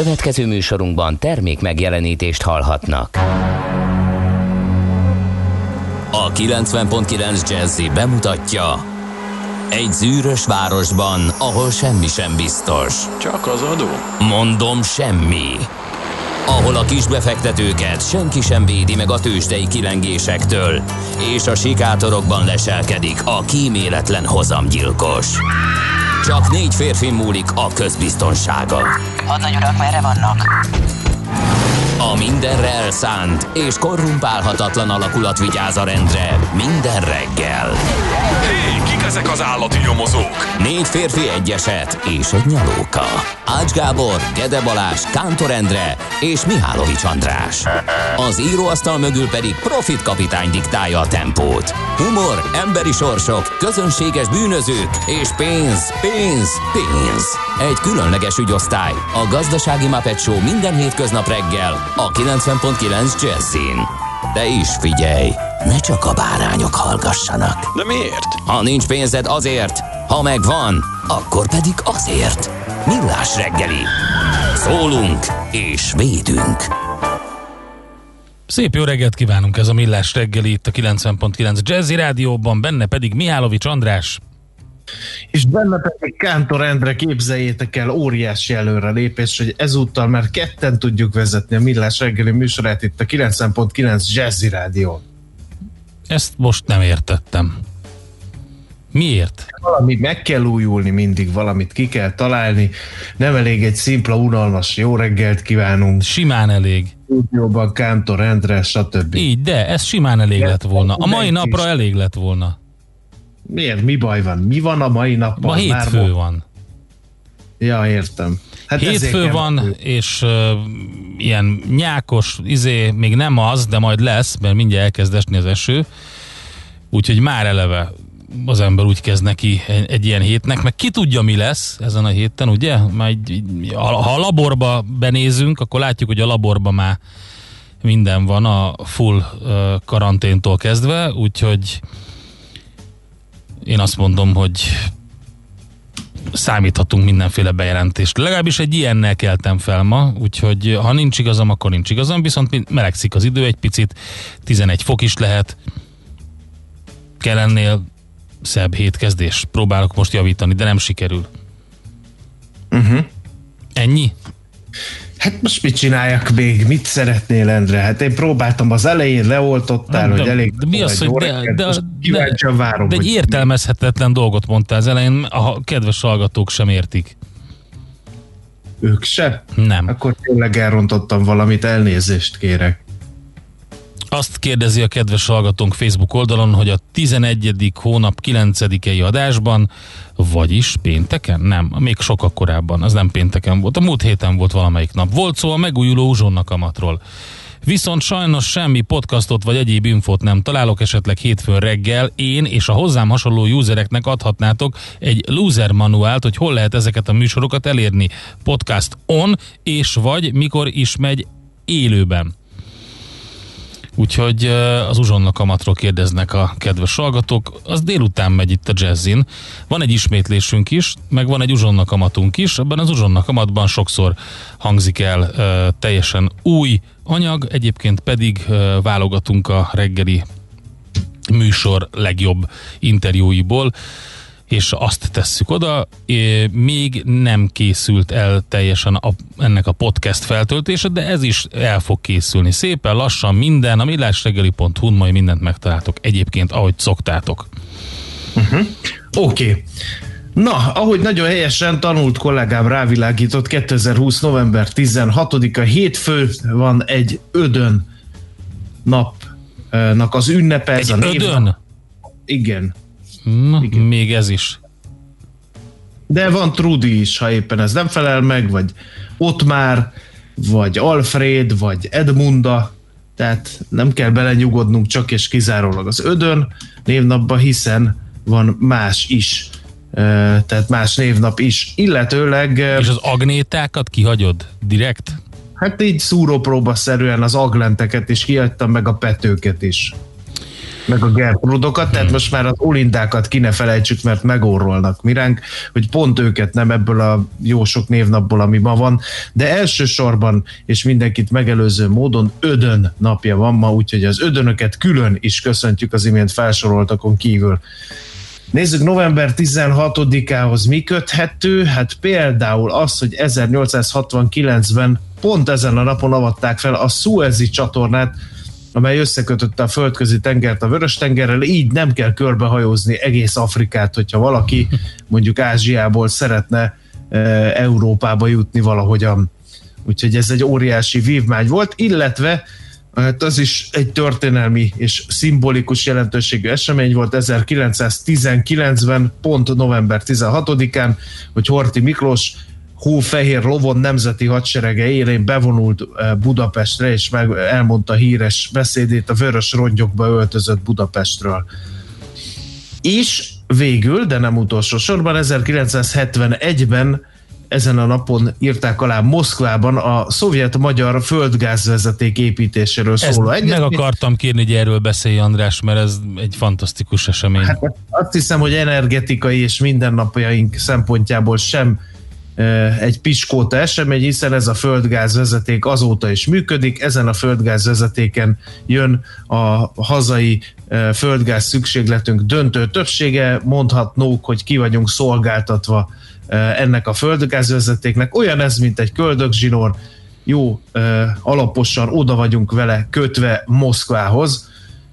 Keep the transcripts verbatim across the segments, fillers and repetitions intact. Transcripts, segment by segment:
Következő műsorunkban termék megjelenítést hallhatnak. A kilencven pont kilenc Jazzy bemutatja: egy zűrös városban, ahol semmi sem biztos. Csak az adó? Mondom, semmi. Ahol a kisbefektetőket senki sem védi meg a tőzsdei kilengésektől, és a sikátorokban leselkedik a kíméletlen hozamgyilkos. Csak négy férfi múlik a közbiztonsága. Hadnagy urak, merre vannak? A mindenre elszánt és korrumpálhatatlan alakulat vigyáz a rendre minden reggel. Hé, kik ezek az állati nyomozók? Négy férfi, egy eset és egy nyalóka. Ács Gábor, Gede Balázs, Kántor Endre és Mihálovics András. Az íróasztal mögül pedig Profit kapitány diktálja a tempót. Humor, emberi sorsok, közönséges bűnözők és pénz, pénz, pénz. Egy különleges ügyosztály, a Gazdasági Muppet Show minden hétköznap reggel a kilencven pont kilenc Jazzyn. De is figyelj, ne csak a bárányok hallgassanak. De miért? Ha nincs pénzed, azért, ha megvan, akkor pedig azért. Millás reggeli. Szólunk és védünk. Szép jó reggelt kívánunk, ez a Millás reggeli itt a kilencven pont kilenc Jazzy Rádióban, benne pedig Mihálovics András. És benne pedig Kántor Endre, képzeljétek el, óriási előrelépés, hogy ezúttal már ketten tudjuk vezetni a Millás reggeli műsorát itt a kilencven pont kilenc Jazzy Rádió. Ezt most nem értettem. Miért? Valami meg kell újulni mindig, valamit ki kell találni. Nem elég egy szimpla, unalmas jó reggelt kívánunk. Simán elég. Stúdióban Kántor Endre, stb. Így, de ez simán elég lett volna. A mai napra elég lett volna. Miért? Mi baj van? Mi van a mai nappal? Ma hétfő Már van. Ja, értem. Hát hétfő van, kell. És uh, ilyen nyákos, izé, még nem az, de majd lesz, mert mindjárt elkezd esni az eső. Úgyhogy már eleve az ember úgy kezd neki egy, egy ilyen hétnek, meg ki tudja, mi lesz ezen a héten, ugye? Már így, ha a laborba benézünk, akkor látjuk, hogy a laborba már minden van a full uh, karanténtól kezdve, úgyhogy én azt mondom, hogy számíthatunk mindenféle bejelentést. Legalábbis egy ilyennel keltem fel ma, úgyhogy ha nincs igazam, akkor nincs igazam, viszont melegszik az idő egy picit, tizenegy fok is lehet, kell ennél szebb hétkezdés. Próbálok most javítani, de nem sikerül. Uh-huh. Ennyi? Hát most mit csináljak még? Mit szeretnél, Endre? Hát én próbáltam az elején, leoltottál, de, hogy elég... De mi az, hogy de, de, de, várom, de egy hogy értelmezhetetlen dolgot mondtál az elején, a kedves hallgatók sem értik. Ők se? Nem. Akkor tényleg elrontottam valamit, elnézést kérek. Azt kérdezi a kedves hallgatónk Facebook oldalon, hogy a tizenegyedik hónap kilencedikei adásban, vagyis pénteken? Nem, még sokkal korábban, az nem pénteken volt, a múlt héten volt valamelyik nap. Volt szó a megújuló uzsonnakamatról. Viszont sajnos semmi podcastot vagy egyéb infót nem találok, esetleg hétfőn reggel én és a hozzám hasonló usereknek adhatnátok egy loser manuált, hogy hol lehet ezeket a műsorokat elérni. Podcast on, és vagy mikor is megy élőben. Úgyhogy az uzsonnakamatról kérdeznek a kedves hallgatók. Az délután megy itt a Jazzin. Van egy ismétlésünk is, meg van egy uzsonnakamatunk is. Ebben az uzsonnakamatban sokszor hangzik el uh, teljesen új anyag, egyébként pedig uh, válogatunk a reggeli műsor legjobb interjúiból, és azt tesszük oda, még nem készült el teljesen a, ennek a podcast feltöltése, de ez is el fog készülni. Szépen lassan minden, a millásreggeli pont hu-n majd mindent megtaláltok egyébként, ahogy szoktátok. Uh-huh. Oké. Okay. Na, ahogy nagyon helyesen tanult kollégám rávilágított, kétezer-húsz november tizenhatodika hétfő van, egy ödön napnak az ünnepe. Egy ödön? Névnap. Igen. Na, igen. Még ez is. De van Trudi is, ha éppen ez nem felel meg, vagy Ottmár, vagy Alfred, vagy Edmunda, tehát nem kell belenyugodnunk csak és kizárólag az ödön névnapba, hiszen van más is, tehát más névnap is, illetőleg... És az agnétákat kihagyod direkt? Hát így szúrópróba-szerűen az aglenteket is kihagytam, meg a petőket is. meg a Gertrudokat, hmm. tehát most már az Olindákat ki ne felejtsük, mert megorrolnak miránk, hogy pont őket nem ebből a jó sok névnapból, ami ma van, de elsősorban, és mindenkit megelőző módon Ödön napja van ma, úgyhogy az ödönöket külön is köszöntjük az imént felsoroltakon kívül. Nézzük, november tizenhatodikához mi köthető? Hát például az, hogy ezernyolcszázhatvankilencben pont ezen a napon avatták fel a Szuezi csatornát, amely összekötötte a földközi tengert a Vörös-tengerrel, így nem kell körbehajózni egész Afrikát, hogyha valaki mondjuk Ázsiából szeretne e, Európába jutni valahogyan. Úgyhogy ez egy óriási vívmány volt, illetve hát az is egy történelmi és szimbolikus jelentőségű esemény volt ezerkilencszáztizenkilencben, pont november tizenhatodikán, hogy Horthy Miklós hófehér lovon nemzeti hadserege élén bevonult Budapestre, és meg elmondta híres beszédét a vörös rongyokba öltözött Budapestről. És végül, de nem utolsó sorban, ezerkilencszázhetvenegyben ezen a napon írták alá Moszkvában a szovjet-magyar földgázvezeték építéséről szóló egyezményt. Meg akartam kérni, hogy erről beszélj, András, mert ez egy fantasztikus esemény. Hát azt hiszem, hogy energetikai és mindennapjaink szempontjából sem egy piskóta esemény, hiszen ez a földgázvezeték azóta is működik, ezen a földgázvezetéken jön a hazai földgáz szükségletünk döntő többsége, mondhatnók, hogy ki vagyunk szolgáltatva ennek a földgázvezetéknek. Olyan ez, mint egy köldögzsinór, jó, alaposan oda vagyunk vele kötve Moszkvához,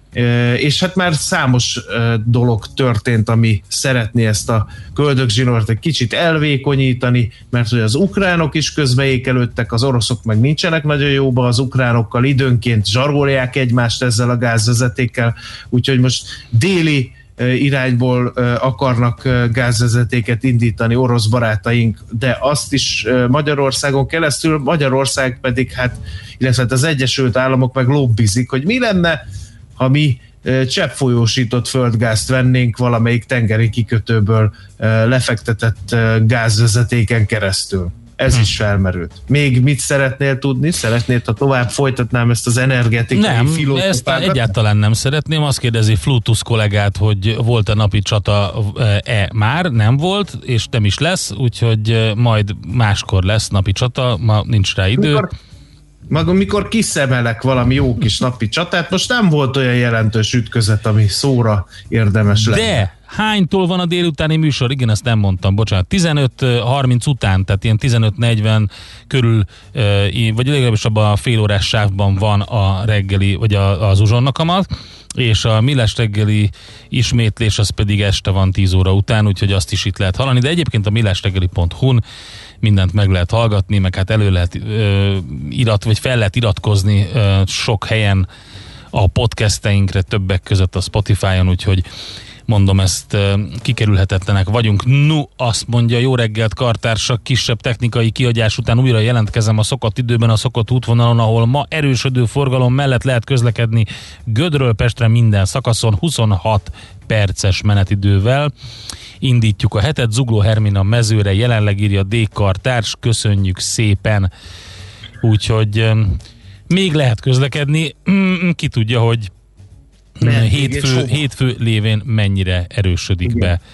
és hát már számos dolog történt, ami szeretné ezt a köldögzsinort egy kicsit elvékonyítani, mert hogy az ukránok is közbeékelődtek, az oroszok meg nincsenek nagyon jóba az ukránokkal, időnként zsarolják egymást ezzel a gázvezetékkel, úgyhogy most déli irányból akarnak gázvezetéket indítani orosz barátaink, de azt is Magyarországon keresztül, Magyarország pedig hát, illetve az Egyesült Államok meg lobbizik, hogy mi lenne, ha mi cseppfolyósított földgázt vennénk valamelyik tengeri kikötőből lefektetett gázvezetéken keresztül. Ez hm. is felmerült. Még mit szeretnél tudni? Szeretnéd, ha tovább folytatnám ezt az energetikai filozófákat? Nem, ezt egyáltalán nem szeretném. Azt kérdezi Flutus kollégát, hogy volt-e napi csata-e már? Nem volt, és nem is lesz, úgyhogy majd máskor lesz napi csata, ma nincs rá idő. Mikor? Maga, mikor kiszemelek valami jó kis napi csatát, most nem volt olyan jelentős ütközet, ami szóra érdemes lenne. De hánytól van a délutáni műsor? Igen, ezt nem mondtam, bocsánat. tizenöt harminc után, tehát ilyen tizenöt negyven körül, vagy legalábbis abban a fél órás sávban van a reggeli, vagy az uzsonnakamat, és a Millás reggeli ismétlés az pedig este van tíz óra után, úgyhogy azt is itt lehet hallani, de egyébként a millásreggeli pont hu-n mindent meg lehet hallgatni, meg hát elő lehet ö, irat, vagy fel lehet iratkozni ö, sok helyen a podcasteinkre, többek között a Spotify-on, úgyhogy mondom, ezt ö, kikerülhetetlenek vagyunk. Nu, azt mondja, jó reggelt, kartársak, kisebb technikai kiadás után újra jelentkezem a szokott időben, a szokott útvonalon, ahol ma erősödő forgalom mellett lehet közlekedni Gödről Pestre minden szakaszon huszonhat perces menetidővel. Indítjuk a hetet, Zugló Hermina mezőre, jelenleg írja D. Kartárs, köszönjük szépen. Úgyhogy um, még lehet közlekedni, mm, ki tudja, hogy hétfő, hétfő lévén mennyire erősödik igen. be.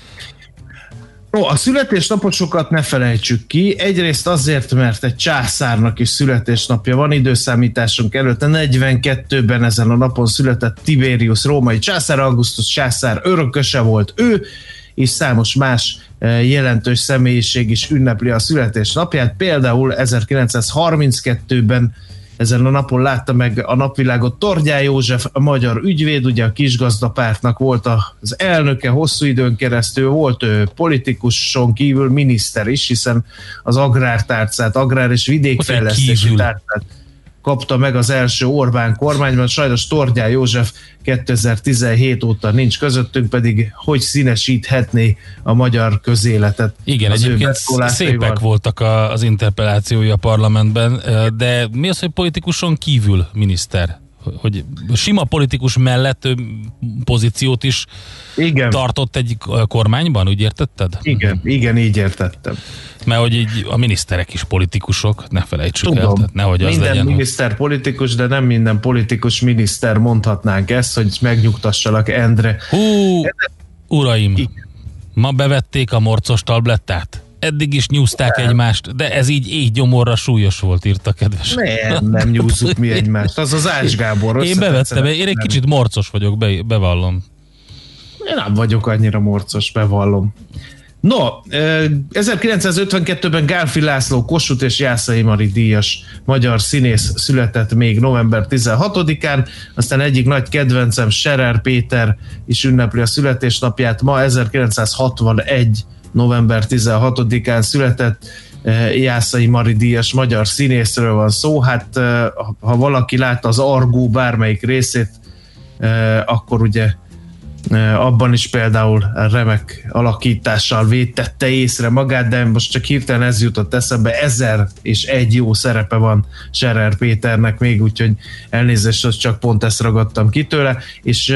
Ó, a születésnapot sokat ne felejtsük ki, egyrészt azért, mert egy császárnak is születésnapja van, időszámításunk előtt a negyvenkettőben ezen a napon született Tiberius római császár, Augustus császár örököse volt ő, és számos más jelentős személyiség is ünnepli a születésnapját. Például ezerkilencszázharminckettőben ezen a napon látta meg a napvilágot Tordján József, a magyar ügyvéd, ugye a kisgazdapártnak volt az elnöke hosszú időn keresztül, volt ő politikuson kívül miniszter is, hiszen az agrártárcát, agrár- és vidékfejlesztési tárcát kapta meg az első Orbán kormányban, sajnos Tordján József kétezer-tizenhét óta nincs közöttünk, pedig hogy színesíthetné a magyar közéletet. Igen, egyébként szépek voltak az interpellációi a parlamentben, de mi az, hogy politikuson kívül miniszter? hogy sima politikus mellett ő pozíciót is igen. tartott egy kormányban, úgy értetted? Igen, igen, így értettem. Mert hogy így a miniszterek is politikusok, ne felejtsük Tudom, el, tehát nehogy az minden legyen. miniszter politikus, de nem minden politikus miniszter, mondhatnánk ezt, hogy megnyugtassalak, Endre. Hú, uraim, Igen. ma bevették a morcos tablettát? Eddig is nyúzták nem. egymást, de ez így így gyomorra súlyos volt, írta kedves. Nem, nem nyúzzuk mi egymást. Az az Ács Gábor. Én bevettem, én egy kicsit morcos vagyok, be, bevallom. Én nem vagyok annyira morcos, bevallom. No, ezerkilencszázötvenkettőben Gálfi László Kossuth és Jászai Mari díjas magyar színész született még november tizenhatodikán, aztán egyik nagy kedvencem Scherer Péter is ünnepli a születésnapját. Ma ezerkilencszázhatvanegy november tizenhatodikán született Jászai Mari díjas magyar színészről van szó. Hát ha valaki látta az Argó bármelyik részét, akkor ugye abban is például remek alakítással védtette észre magát, de most csak hirtelen ez jutott eszembe, ezer és egy jó szerepe van Scherer Péternek még, úgyhogy elnézést, hogy csak pont ezt ragadtam ki tőle, és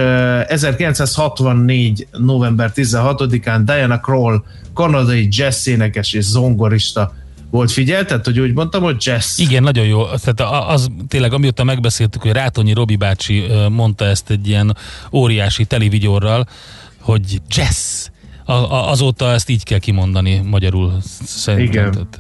ezerkilencszázhatvannégy november tizenhatodikán Diana Krall, kanadai jazz énekes és zongorista volt, figyelted, hogy úgy mondtam, hogy jazz. Igen, nagyon jó. Tehát az tényleg, amióta megbeszéltük, hogy Rátonyi Robi bácsi mondta ezt egy ilyen óriási televigyorral, hogy jazz. A, a, azóta ezt így kell kimondani magyarul. Szerintem. Igen.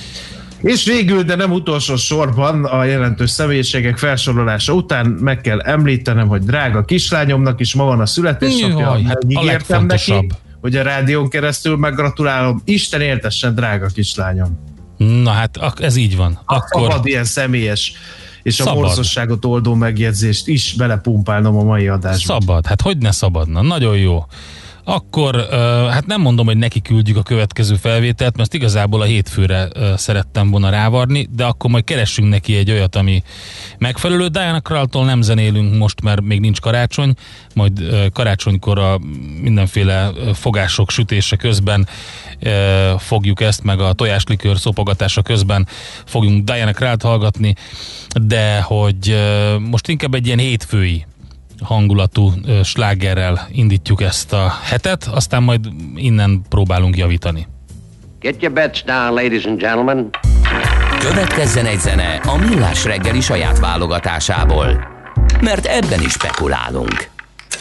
És végül, de nem utolsó sorban a jelentős személyiségek felsorolása után meg kell említenem, hogy drága kislányomnak is ma van a születésnapja. Jaj, hát a legfontosabb. Neki, hogy a rádión keresztül meggratulálom. Isten éltessen, drága kislányom. Na hát, ez így van. Akkor szabad ilyen személyes és szabad. A borzosságot oldó megjegyzést is belepumpálnom a mai adásba. Szabad, hát hogy ne szabadna, nagyon jó. Akkor, uh, hát nem mondom, hogy neki küldjük a következő felvételt, mert igazából a hétfőre uh, szerettem volna rávarni, de akkor majd keressünk neki egy olyat, ami megfelelő. Diana Kralltól nem zenélünk most, mert még nincs karácsony, majd uh, karácsonykor a mindenféle uh, fogások sütése közben uh, fogjuk ezt, meg a tojáslikőr szopogatása közben fogjunk Diana Krallt hallgatni, de hogy uh, most inkább egy ilyen hétfői hangulatú uh, slágerrel indítjuk ezt a hetet, aztán majd innen próbálunk javítani. Get your bets down, ladies and gentlemen. Következzen egy zene a Millás reggeli saját válogatásából, mert ebben is spekulálunk.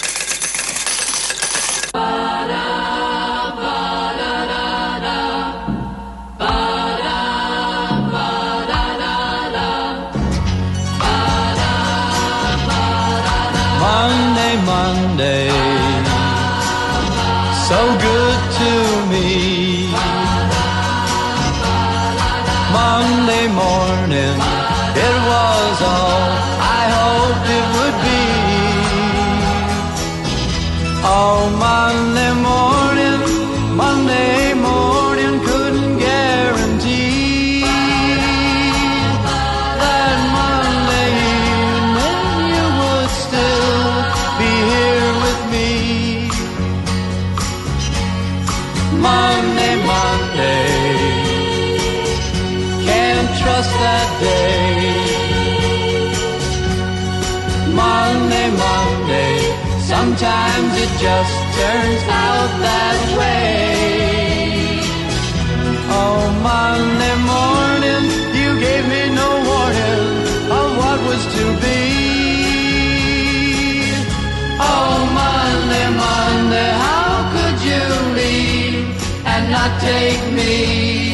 Monday, Monday, so good to me. Monday morning, it was all I hoped it would be. Oh, Monday morning, Monday morning, couldn't guarantee that Monday evening you would still be here with me. Monday, Monday, can't trust that day. Monday, Monday, sometimes it just turns out that way. Oh, Monday morning, you gave me no warning of what was to be. Oh, Monday, Monday, how could you leave and not take me?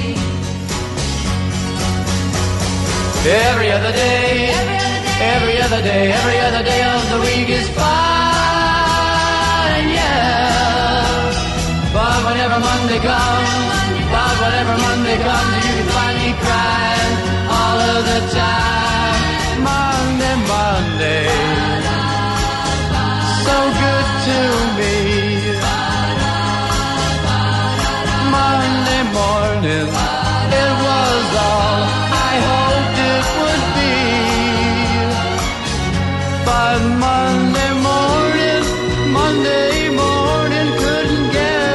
Every other day, every other day, every other day of the week is fine, yeah. But whenever Monday comes, but whenever Monday comes, you can find me crying all of the time. Monday, Monday, so good to me. Monday morning, it was all I hoped it would be. But Monday morning, Monday morning couldn't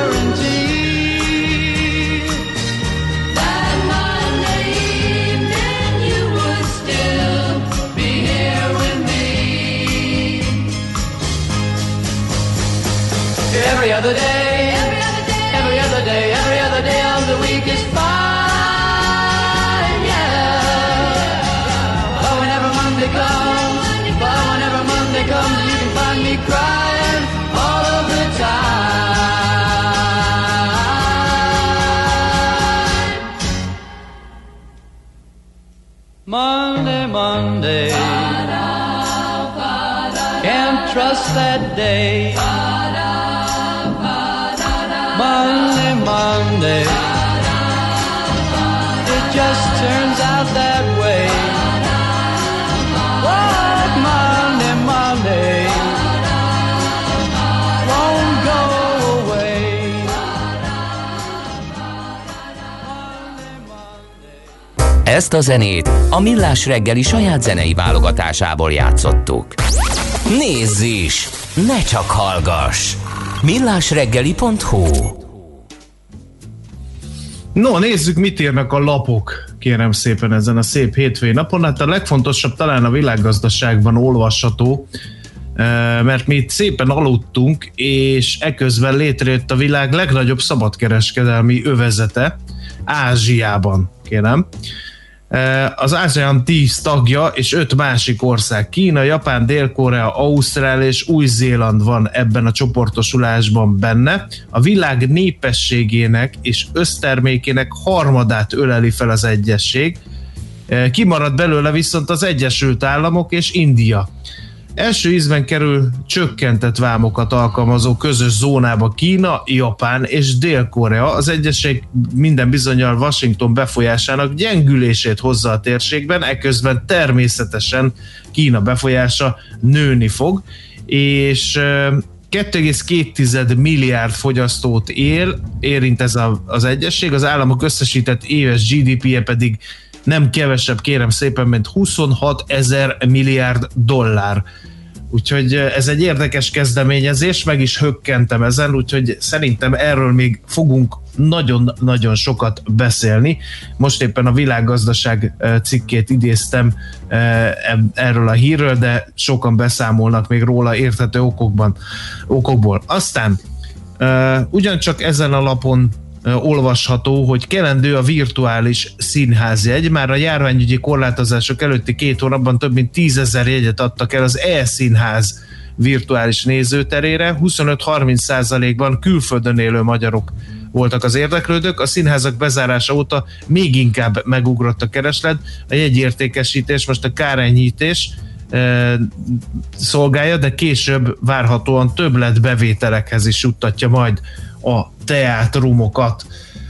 guarantee that Monday evening you would still be here with me. every other day, every other day, every other day, every other day of the week is fine, yeah. But whenever Monday comes, but whenever Monday comes, you can find me crying all of the time. Monday, Monday, can't trust that day. Monday, Monday, it just turns out that way. Oh, Monday, Monday, won't go away. Ezt a zenét a Millás reggeli saját zenei válogatásából játszottuk. Nézz is! Ne csak hallgass! millásreggeli pont hu. No, nézzük, mit írnak a lapok, kérem szépen, ezen a szép hétfői napon. Hát a legfontosabb talán a világgazdaságban olvasható, mert mi itt szépen aludtunk, és eközben létrejött a világ legnagyobb szabadkereskedelmi övezete Ázsiában, kérem. Az ASEAN tíz tagja és öt másik ország, Kína, Japán, Dél-Korea, Ausztrália és Új-Zéland van ebben a csoportosulásban benne. A világ népességének és össztermékének harmadát öleli fel az egyesség. Kimarad belőle viszont az Egyesült Államok és India. Első ízben kerül csökkentett vámokat alkalmazó közös zónába Kína, Japán és Dél-Korea. Az egyesség minden bizonnyal Washington befolyásának gyengülését hozza a térségben, eközben természetesen Kína befolyása nőni fog, és két egész két milliárd fogyasztót ér, érint ez a, az egyesség, az államok összesített éves gé dé pé-je pedig nem kevesebb, kérem szépen, mint huszonhat ezer milliárd dollár. Úgyhogy ez egy érdekes kezdeményezés, meg is hökkentem ezen, úgyhogy szerintem erről még fogunk nagyon-nagyon sokat beszélni. Most éppen a Világgazdaság cikkét idéztem erről a hírről, de sokan beszámolnak még róla érthető okokban, okokból. Aztán ugyancsak ezen a lapon olvasható, hogy kelendő a virtuális színházjegy. Már a járványügyi korlátozások előtti két hónapban több mint tízezer jegyet adtak el az e-színház virtuális nézőterére. huszonöt-harminc százalékban külföldön élő magyarok voltak az érdeklődők. A színházak bezárása óta még inkább megugrott a kereslet. A jegyértékesítés most a kárenyhítés e, szolgálja, de később várhatóan többletbevételekhez is juttatja majd a teátrumokat.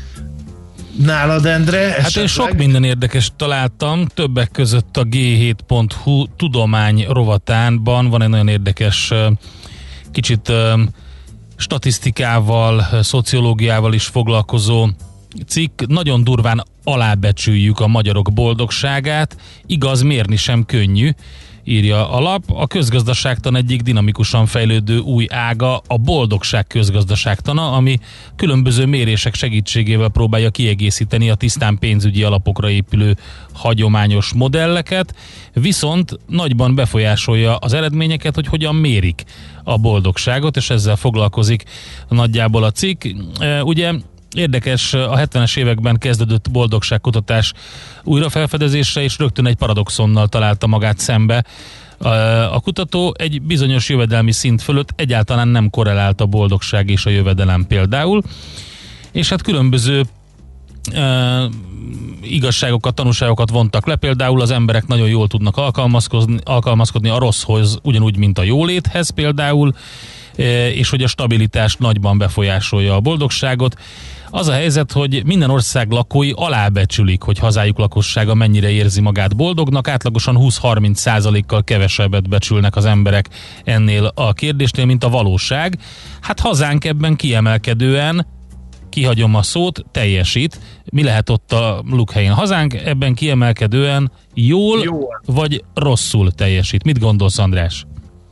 Nálad, Endre? Esetleg? Hát én sok minden érdekes találtam, többek között a gé hét pont hu tudomány rovatánban van egy nagyon érdekes kicsit statisztikával, szociológiával is foglalkozó cikk. Nagyon durván alábecsüljük a magyarok boldogságát, igaz, mérni sem könnyű, írja a lap. A közgazdaságtan egyik dinamikusan fejlődő új ága a boldogság közgazdaságtana, ami különböző mérések segítségével próbálja kiegészíteni a tisztán pénzügyi alapokra épülő hagyományos modelleket, viszont nagyban befolyásolja az eredményeket, hogy hogyan mérik a boldogságot, és ezzel foglalkozik nagyjából a cikk. Ugye érdekes, a hetvenes években kezdődött boldogságkutatás újrafelfedezésre, és rögtön egy paradoxonnal találta magát szembe. A kutató egy bizonyos jövedelmi szint fölött egyáltalán nem korrelált a boldogság és a jövedelem például, és hát különböző e, igazságokat, tanúságokat vontak le, például az emberek nagyon jól tudnak alkalmazkodni, alkalmazkodni a rosszhoz, ugyanúgy, mint a jóléthez például, e, és hogy a stabilitás nagyban befolyásolja a boldogságot. Az a helyzet, hogy minden ország lakói alábecsülik, hogy hazájuk lakossága mennyire érzi magát boldognak, átlagosan húsz-harminc százalékkal kevesebbet becsülnek az emberek ennél a kérdésnél, mint a valóság. Hát hazánk ebben kiemelkedően, kihagyom a szót, teljesít. Mi lehet ott a lukhelyén? Hazánk ebben kiemelkedően jól, jól vagy rosszul teljesít. Mit gondolsz, András?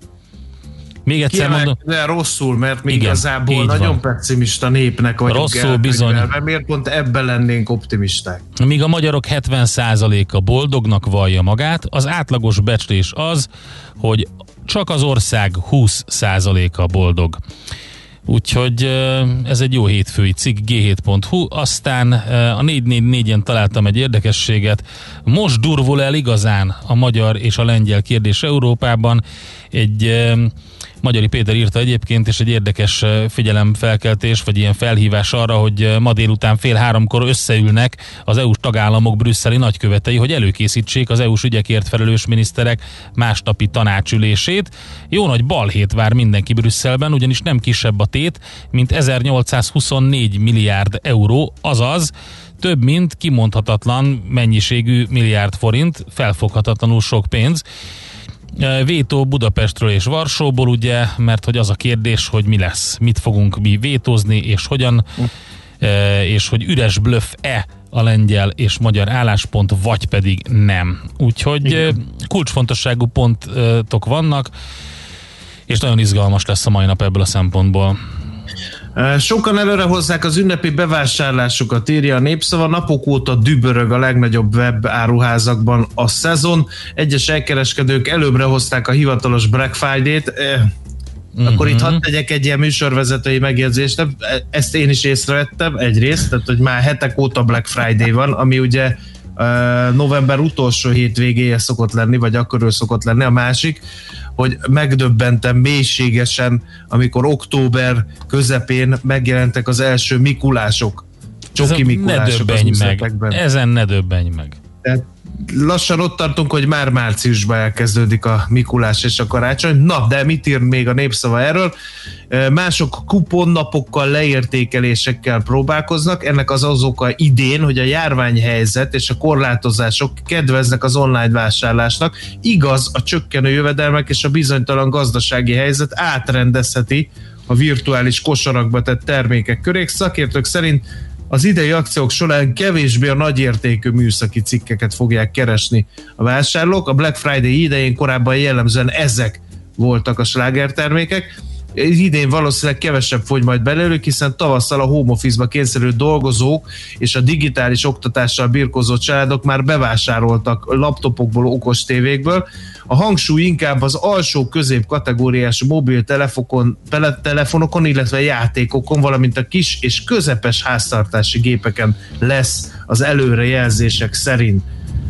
Még egyszer mondom. De rosszul, mert mi igazából nagyon van. Pessimista népnek vagyunk. Rosszul bizony. Miért pont ebben lennénk optimisták? Míg a magyarok hetven százaléka boldognak vallja magát, az átlagos becslés az, hogy csak az ország húsz százaléka boldog. Úgyhogy ez egy jó hétfői cikk, gé hét pont hu. Aztán a négy négy négyen találtam egy érdekességet. Most durvul el igazán a magyar és a lengyel kérdés Európában. Egy Magyari Péter írta egyébként, és egy érdekes figyelemfelkeltés, vagy ilyen felhívás arra, hogy ma délután fél háromkor összeülnek az é u-s tagállamok brüsszeli nagykövetei, hogy előkészítsék az é u-s ügyekért felelős miniszterek másnapi tanácsülését. Jó nagy balhét vár mindenki Brüsszelben, ugyanis nem kisebb a tét, mint ezernyolcszázhuszonnégy milliárd euró, azaz több mint kimondhatatlan mennyiségű milliárd forint, felfoghatatlanul sok pénz. Vétó Budapestről és Varsóból, ugye, mert hogy az a kérdés, hogy mi lesz, mit fogunk mi vétózni, és hogyan, és hogy üres blöff-e a lengyel és magyar álláspont, vagy pedig nem. Úgyhogy igen, kulcsfontosságú pontok vannak, és nagyon izgalmas lesz a mai nap ebből a szempontból. Sokan előre hozzák az ünnepi bevásárlásokat, írja a Népszava. Napok óta dübörög a legnagyobb web áruházakban a szezon. Egyes elkereskedők előbbre hozták a hivatalos Black Friday-t. Mm-hmm. Akkor itt hadd tegyek egy ilyen műsorvezetői megjegyzést. Ezt én is észrevettem egyrészt, tehát hogy már hetek óta Black Friday van, ami ugye uh, november utolsó hétvégéje szokott lenni, vagy akkor szokott lenni. A másik, hogy megdöbbentem mélységesen, amikor október közepén megjelentek az első Mikulások, csoki Mikulások az üzletekben. Ezen ne döbbenj meg. Tehát lassan ott tartunk, hogy már márciusban elkezdődik a Mikulás és a karácsony. Na, de mit ír még a Népszava erről? Mások kuponnapokkal, leértékelésekkel próbálkoznak. Ennek az az oka idén, hogy a járványhelyzet és a korlátozások kedveznek az online vásárlásnak. Igaz, a csökkenő jövedelmek és a bizonytalan gazdasági helyzet átrendezheti a virtuális kosarakba tett termékek köré. Szakértők szerint az idei akciók során kevésbé a nagyértékű műszaki cikkeket fogják keresni a vásárlók. A Black Friday idején korábban jellemzően ezek voltak a slágertermékek. Idén valószínűleg kevesebb fogy majd belőlük, hiszen tavasszal a home office-ba kényszerült dolgozók és a digitális oktatással birkózó családok már bevásároltak laptopokból, okos tévékből. A hangsúly inkább az alsó közép kategóriás mobiltelefonokon, telefonokon, illetve játékokon, valamint a kis és közepes háztartási gépeken lesz az előrejelzések szerint.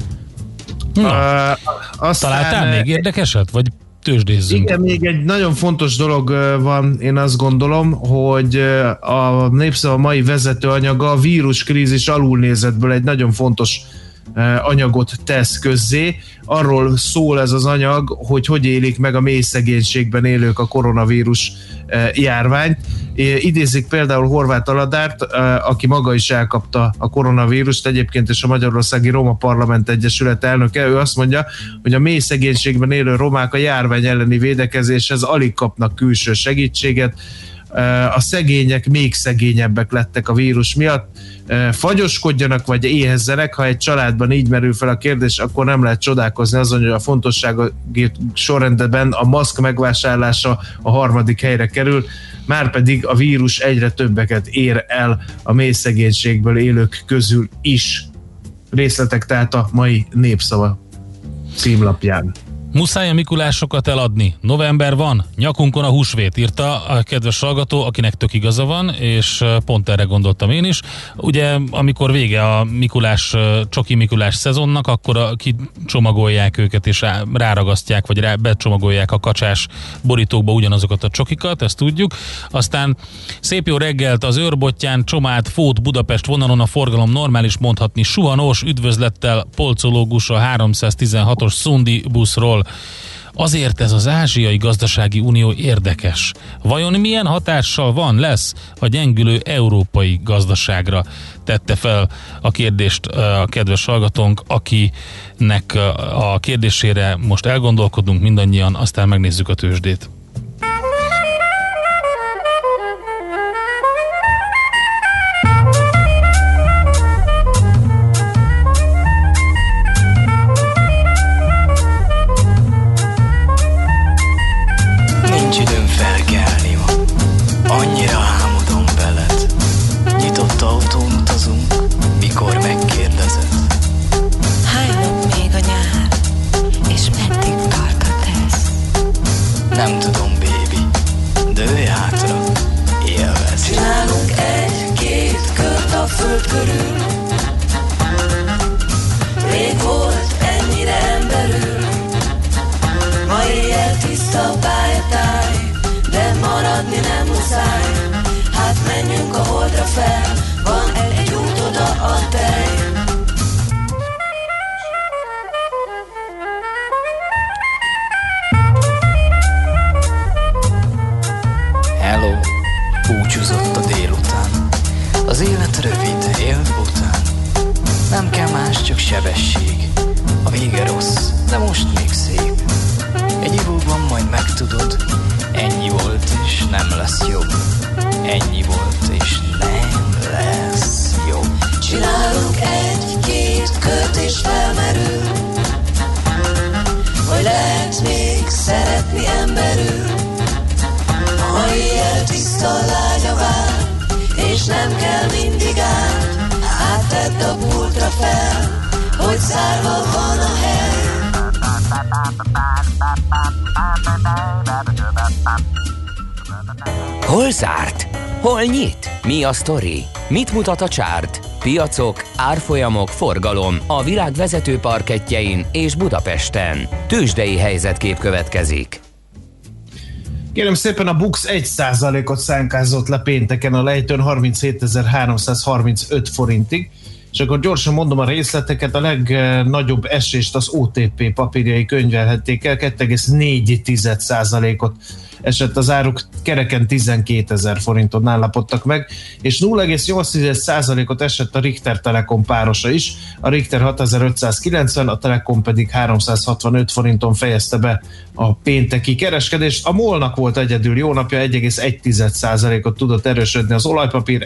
Na, uh, aztán, találtál még érdekeset? Vagy tőzsdézzünk? Igen, még egy nagyon fontos dolog van, én azt gondolom, hogy a Népszava mai vezetőanyaga a víruskrízis alulnézetből egy nagyon fontos anyagot tesz közzé. Arról szól ez az anyag, hogy hogy élik meg a mély szegénységben élők a koronavírus járványt. Idézik például Horváth Aladárt, aki maga is elkapta a koronavírust egyébként, és a Magyarországi Roma Parlament Egyesület elnöke. Ő azt mondja, hogy a mély szegénységben élő romák a járvány elleni védekezéshez alig kapnak külső segítséget. A szegények még szegényebbek lettek a vírus miatt. Fagyoskodjanak vagy éhezzenek, ha egy családban így merül fel a kérdés, akkor nem lehet csodálkozni azon, hogy a fontossága sorrendben a maszk megvásárlása a harmadik helyre kerül, márpedig a vírus egyre többeket ér el a mély szegénységből élők közül is. Részletek tehát a mai Népszava címlapján. Muszáj a Mikulásokat eladni. November van, nyakunkon a húsvét, írta a kedves hallgató, akinek tök igaza van, és pont erre gondoltam én is. Ugye, amikor vége a Mikulás, csoki Mikulás szezonnak, akkor kicsomagolják őket, és ráragasztják, vagy rá, becsomagolják a kacsás borítókba ugyanazokat a csokikat, ezt tudjuk. Aztán szép jó reggelt az Őrbottyán, Csomát, Fót, Budapest vonalon a forgalom normális, mondhatni suhanós, üdvözlettel polcológus a háromszáztizenhatos Szundi buszról. Azért ez az Ázsiai Gazdasági Unió érdekes. Vajon milyen hatással van, lesz a gyengülő európai gazdaságra? Tette fel a kérdést a kedves hallgatónk, akinek a kérdésére most elgondolkodunk mindannyian, aztán megnézzük a tőzsdét. Annyira álmodom veled, nyitott autón utazunk, mikor megkérdezed. Hányom még a nyár, és meddig tarthat ez? Nem tudom, baby, dőlj hátra, föld körül. Rég volt ennyire emberül, ma éjjel tiszta a pályatáj, de maradni nem muszáj. Hát menjünk a holdra fel, van egy út oda a tej. Hello, búcsúzott a délután. Az élet rövid, él után. Nem kell más, csak sebesség. A vége rossz, de most még szép. Egy ivóban majd megtudod, ennyi volt és nem lesz jobb. Ennyi volt és nem lesz jobb. Csinálunk egy-két kört és felmerül, hogy lehet még szeretni emberül. Ha éjjel tiszta lágya vár, és nem kell mindig át, áttedd a pultra fel, hogy zárva van a hely. Hol zárt? Hol nyit? Mi a sztori? Mit mutat a csárt? Piacok, árfolyamok, forgalom a világ vezető parkettjein és Budapesten. Tőzsdei helyzetkép következik. Kérem szépen, a Bux egy százalékot szánkázott le pénteken a lejtőn harminchétezer-háromszázharmincöt forintig, és akkor gyorsan mondom a részleteket. A legnagyobb esést az o té pé papírjai könyvelhették el, kettő egész négy százalékot esett az áruk, kereken tizenkétezer forinton állapodtak meg, és nulla egész nyolc százalékot esett a Richter Telekom párosa is, a Richter hatezer-ötszázkilencven, a Telekom pedig háromszázhatvanöt forinton fejezte be a pénteki kereskedést. A MOL-nak volt egyedül jó napja, egy egész egy százalékot tudott erősödni az olajpapír,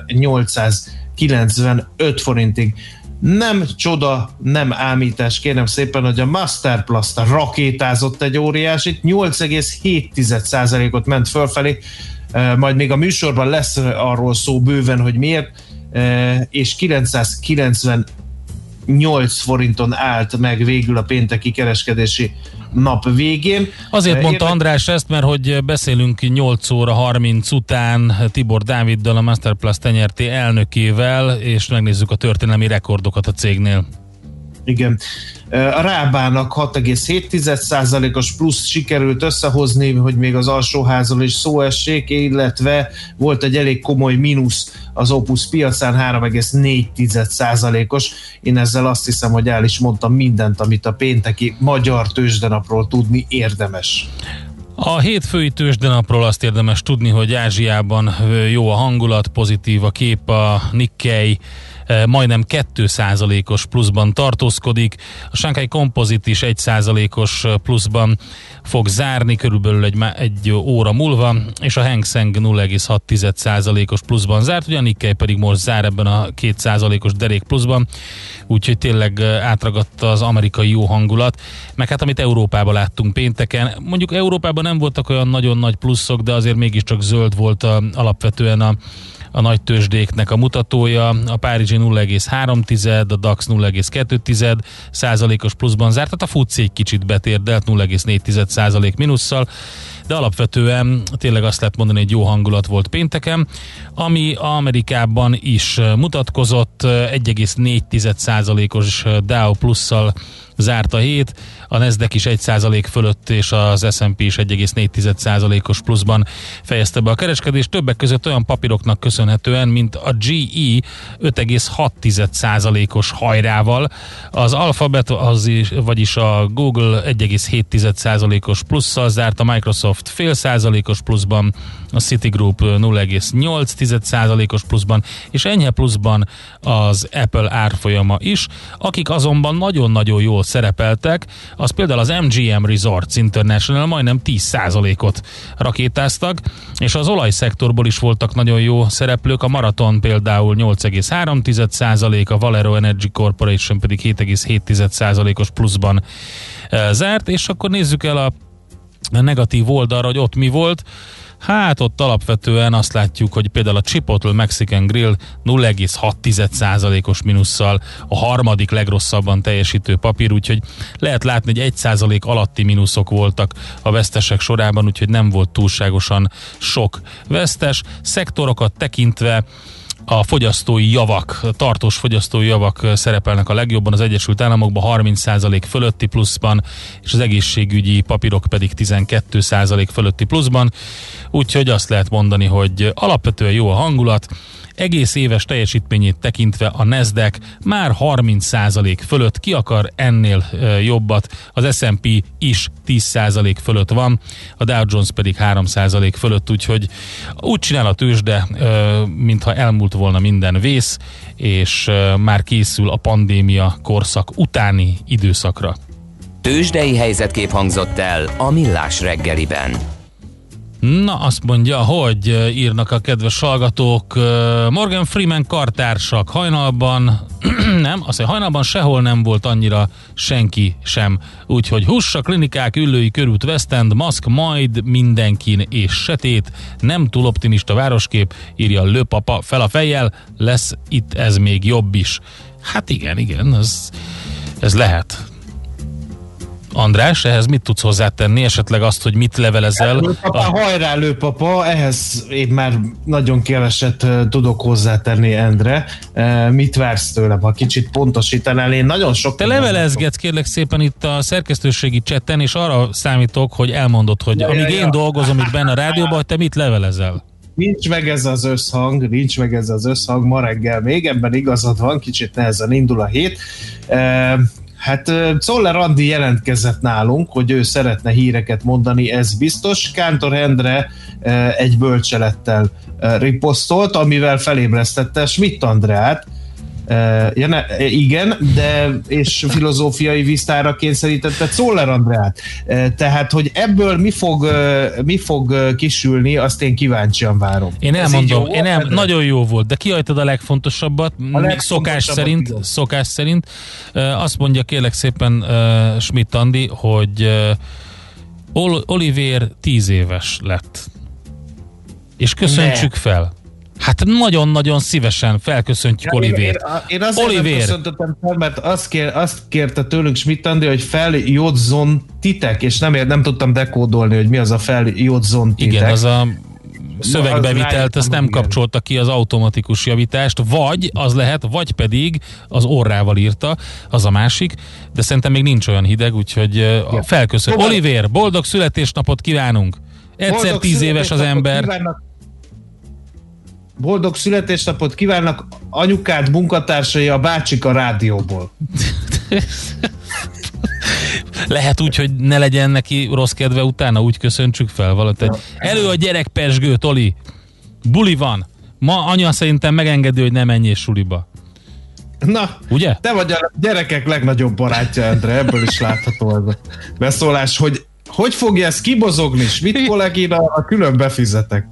ezernyolcszázkilencvenöt forintig. Nem csoda, nem ámítás, kérem szépen, hogy a Masterplast rakétázott egy óriásit, nyolc egész hét százalékot ment fölfelé, majd még a műsorban lesz arról szó bőven, hogy miért, és kilencszázkilencvennyolc forinton állt meg végül a pénteki kereskedési nap végén. Azért mondta András ezt, mert hogy beszélünk nyolc óra harminc után Tibor Dáviddal, a Masterplast tenyerté elnökével, és megnézzük a történelmi rekordokat a cégnél. Igen. A Rábának hat egész hét százalékos plusz sikerült összehozni, hogy még az alsóházról is szó essék, illetve volt egy elég komoly mínusz az Opus piacán, három egész négy százalékos. Én ezzel azt hiszem, hogy el is mondtam mindent, amit a pénteki magyar tőzsdenapról tudni érdemes. A hétfői tőzsdenapról azt érdemes tudni, hogy Ázsiában jó a hangulat, pozitív a kép, a Nikkei majdnem két százalékos pluszban tartózkodik, a Shanghai Composite is egy százalékos pluszban fog zárni körülbelül egy, egy óra múlva, és a Hang Seng nulla egész hat százalékos pluszban zárt, ugye a Nikkei pedig most zár ebben a két százalékos derék pluszban, úgyhogy tényleg átragadta az amerikai jó hangulat, meg hát amit Európában láttunk pénteken, mondjuk Európában nem voltak olyan nagyon nagy pluszok, de azért mégiscsak zöld volt a, alapvetően a a nagy tőzsdéknek a mutatója, a Párizsi nulla egész három, a DAX nulla egész kettő százalékos pluszban zárt, tehát a FUCI egy kicsit betérdelt nulla egész négy százalék mínusszal, de alapvetően tényleg azt lehet mondani, hogy jó hangulat volt pénteken, ami Amerikában is mutatkozott, egy egész négy százalékos Dow plusszal zárt a hét, a Nasdaq is egy százalék fölött, és az es and pé is egy egész négy százalékos pluszban fejezte be a kereskedést, többek között olyan papíroknak köszönhetően, mint a gé é öt egész hat százalékos hajrával, az Alphabet, az is, vagyis a Google egy egész hét százalékos plusszal zárt, a Microsoft fél százalékos pluszban, a Citigroup nulla egész nyolc százalékos pluszban, és enyhe pluszban az Apple árfolyama is, akik azonban nagyon-nagyon jól szerepeltek, az például az em gé em Resorts International majdnem tíz százalékot rakétáztak, és az olajszektorból is voltak nagyon jó szereplők, a Marathon például nyolc egész három százalék, a Valero Energy Corporation pedig hét egész hét százalékos pluszban zárt, és akkor nézzük el a negatív oldalra, hogy ott mi volt. Hát ott alapvetően azt látjuk, hogy például a Chipotle Mexican Grill nulla egész hat százalékos mínusszal a harmadik legrosszabban teljesítő papír, úgyhogy lehet látni, hogy egy százalék alatti mínuszok voltak a vesztesek sorában, úgyhogy nem volt túlságosan sok vesztes. Szektorokat tekintve a fogyasztói javak, tartós fogyasztói javak szerepelnek a legjobban, az Egyesült Államokban harminc százalék fölötti pluszban, és az egészségügyi papírok pedig tizenkét százalék fölötti pluszban, úgyhogy azt lehet mondani, hogy alapvetően jó a hangulat. Egész éves teljesítményét tekintve a Nasdaq már harminc százalék fölött, ki akar ennél e, jobbat, az es and pé is tíz százalék fölött van, a Dow Jones pedig három százalék fölött, úgyhogy úgy csinál a tőzsde, e, mintha elmúlt volna minden vész, és e, már készül a pandémia korszak utáni időszakra. Tőzsdei helyzetkép hangzott el a Millás reggeliben. Na, azt mondja, hogy írnak a kedves hallgatók, Morgan Freeman kartársak hajnalban, nem, azt mondja, hajnalban sehol nem volt annyira senki sem. Úgyhogy Hussa, klinikák, Üllői körút, West End, maszk, majd mindenkin és setét. Nem túl optimista városkép, írja Lőpapa fel a fejjel, lesz itt ez még jobb is. Hát igen, igen, ez, ez lehet. András, ehhez mit tudsz hozzátenni? Esetleg azt, hogy mit levelezel? Lőpapa, a... hajrá Lőpapa, ehhez én már nagyon keveset uh, tudok hozzátenni, Endre. Uh, mit vársz tőlem, ha kicsit pontosítanál? Én nagyon sok... Te levelezgetsz kérlek szépen itt a szerkesztőségi chatten, és arra számítok, hogy elmondod, hogy ja, amíg ja, én ja. dolgozom itt benne a rádióban, hogy te mit levelezel? Nincs meg ez az összhang, nincs meg ez az összhang ma reggel még, ebben igazad van, kicsit nehezen indul a hét. Uh, Hát Czoller Andi jelentkezett nálunk, hogy ő szeretne híreket mondani, ez biztos. Kántor Endre egy bölcselettel riposztolt, amivel felébresztette Schmidt Andreát. Ja, ne, igen, de és filozófiai visztára kényszerítette Czoller Andreát. Tehát, hogy ebből mi fog, mi fog kisülni, azt én kíváncsian várom. Én elmondom, én el, nagyon jó volt, de kihagytad a legfontosabbat, a még szokás szerint, igaz. szokás szerint. Azt mondja kérlek szépen Schmidt Andi, hogy Olivér tíz éves lett. És köszöntsük ne. fel. Hát nagyon-nagyon szívesen felköszöntjük ja, Olivért. Én, én, én azért Olivér. nem köszöntöttem fel, mert azt, kér, azt kérte tőlünk Schmidt Andi, hogy feljodzon titek, és nem, ér, nem tudtam dekódolni, hogy mi az a feljodzon titek. Igen, az a szövegbevitelt, ezt nem kapcsolta ki az automatikus javítást, vagy az lehet, vagy pedig az orrával írta, az a másik, de szerintem még nincs olyan hideg, úgyhogy ja. felköszön. Tovább. Olivér, boldog születésnapot kívánunk! Egyszer boldog tíz éves az ember. Kívánnak. Boldog születésnapot kívánnak anyukád munkatársai a Bácsik a rádióból. Lehet úgy, hogy ne legyen neki rossz kedve utána, úgy köszöntsük fel valamit. Elő a gyerekpezsgőt, Oli! Buli van! Ma anya szerintem megengedő, hogy ne menjél suliba. Na, ugye? Te vagy a gyerekek legnagyobb barátja, Endre, ebből is látható ez a beszólás, hogy hogy fogja ezt kibozogni, és mit kollégina, a külön befizetek.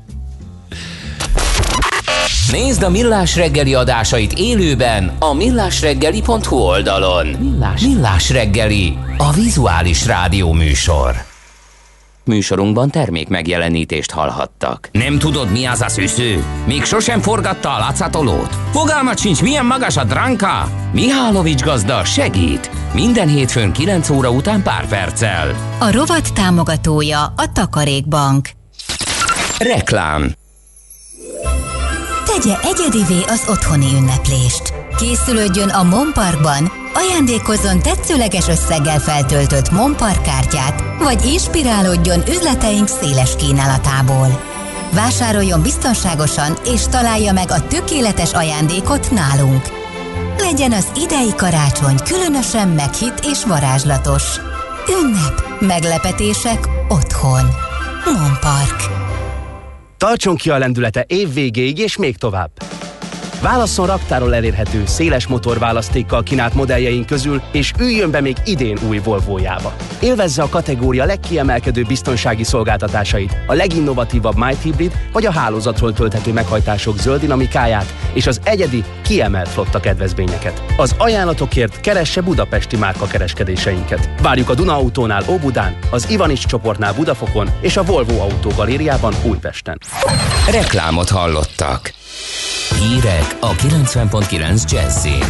Nézd a Millás reggeli adásait élőben a millásreggeli pont hu oldalon. Millás, Millás reggeli, a vizuális rádió műsor. Műsorunkban termék megjelenítést hallhattak. Nem tudod, mi az a szűző? Még sosem forgatta a látszatolót? Fogalmat sincs, milyen magas a dránka? Mihálovics gazda segít! Minden hétfőn kilenc óra után pár perccel. A rovat támogatója a Takarékbank. Reklám. Tegye egyedivé az otthoni ünneplést. Készülődjön a Mon Parkban, ajándékozzon tetszőleges összeggel feltöltött Mon Park kártyát, vagy inspirálódjon üzleteink széles kínálatából. Vásároljon biztonságosan és találja meg a tökéletes ajándékot nálunk. Legyen az idei karácsony különösen meghitt és varázslatos. Ünnep, meglepetések otthon. Mon Park. Tartson ki a lendülete év végéig és még tovább. Válasszon raktáról elérhető, széles motorválasztékkal kínált modelljeink közül, és üljön be még idén új Volvojába. Élvezze a kategória legkiemelkedőbb biztonsági szolgáltatásait, a leginnovatívabb Might Hybrid vagy a hálózatról tölthető meghajtások zöld dinamikáját és az egyedi, kiemelt flotta kedvezményeket. Az ajánlatokért keresse budapesti márka kereskedéseinket. Várjuk a Duna Autónál Óbudán, az Ivanics csoportnál Budafokon és a Volvo Autó Galériában Újpesten. Reklámot hallottak. Hírek a kilencven pont kilenc Jazzin.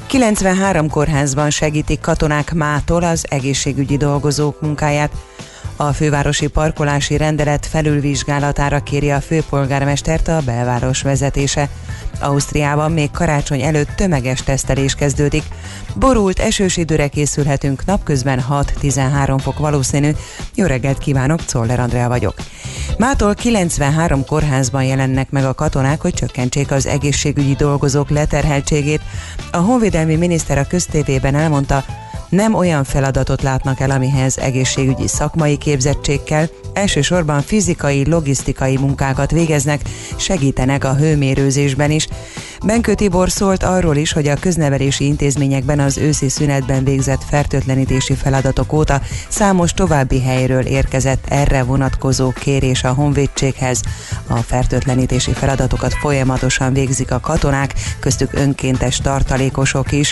kilencvenhárom kórházban segítik katonák mától az egészségügyi dolgozók munkáját. A fővárosi parkolási rendelet felülvizsgálatára kéri a főpolgármestert a belváros vezetése. Ausztriában még karácsony előtt tömeges tesztelés kezdődik. Borult, esős időre készülhetünk, napközben hat-tizenhárom fok valószínű. Jó reggelt kívánok, Czoller Andrea vagyok. Mától kilencvenhárom kórházban jelennek meg a katonák, hogy csökkentsék az egészségügyi dolgozók leterheltségét. A honvédelmi miniszter a köztévében elmondta, nem olyan feladatot látnak el, amihez egészségügyi szakmai képzettség kell, elsősorban fizikai, logisztikai munkákat végeznek, segítenek a hőmérőzésben is. Benkő Tibor szólt arról is, hogy a köznevelési intézményekben az őszi szünetben végzett fertőtlenítési feladatok óta számos további helyről érkezett erre vonatkozó kérés a honvédséghez. A fertőtlenítési feladatokat folyamatosan végzik a katonák, köztük önkéntes tartalékosok is.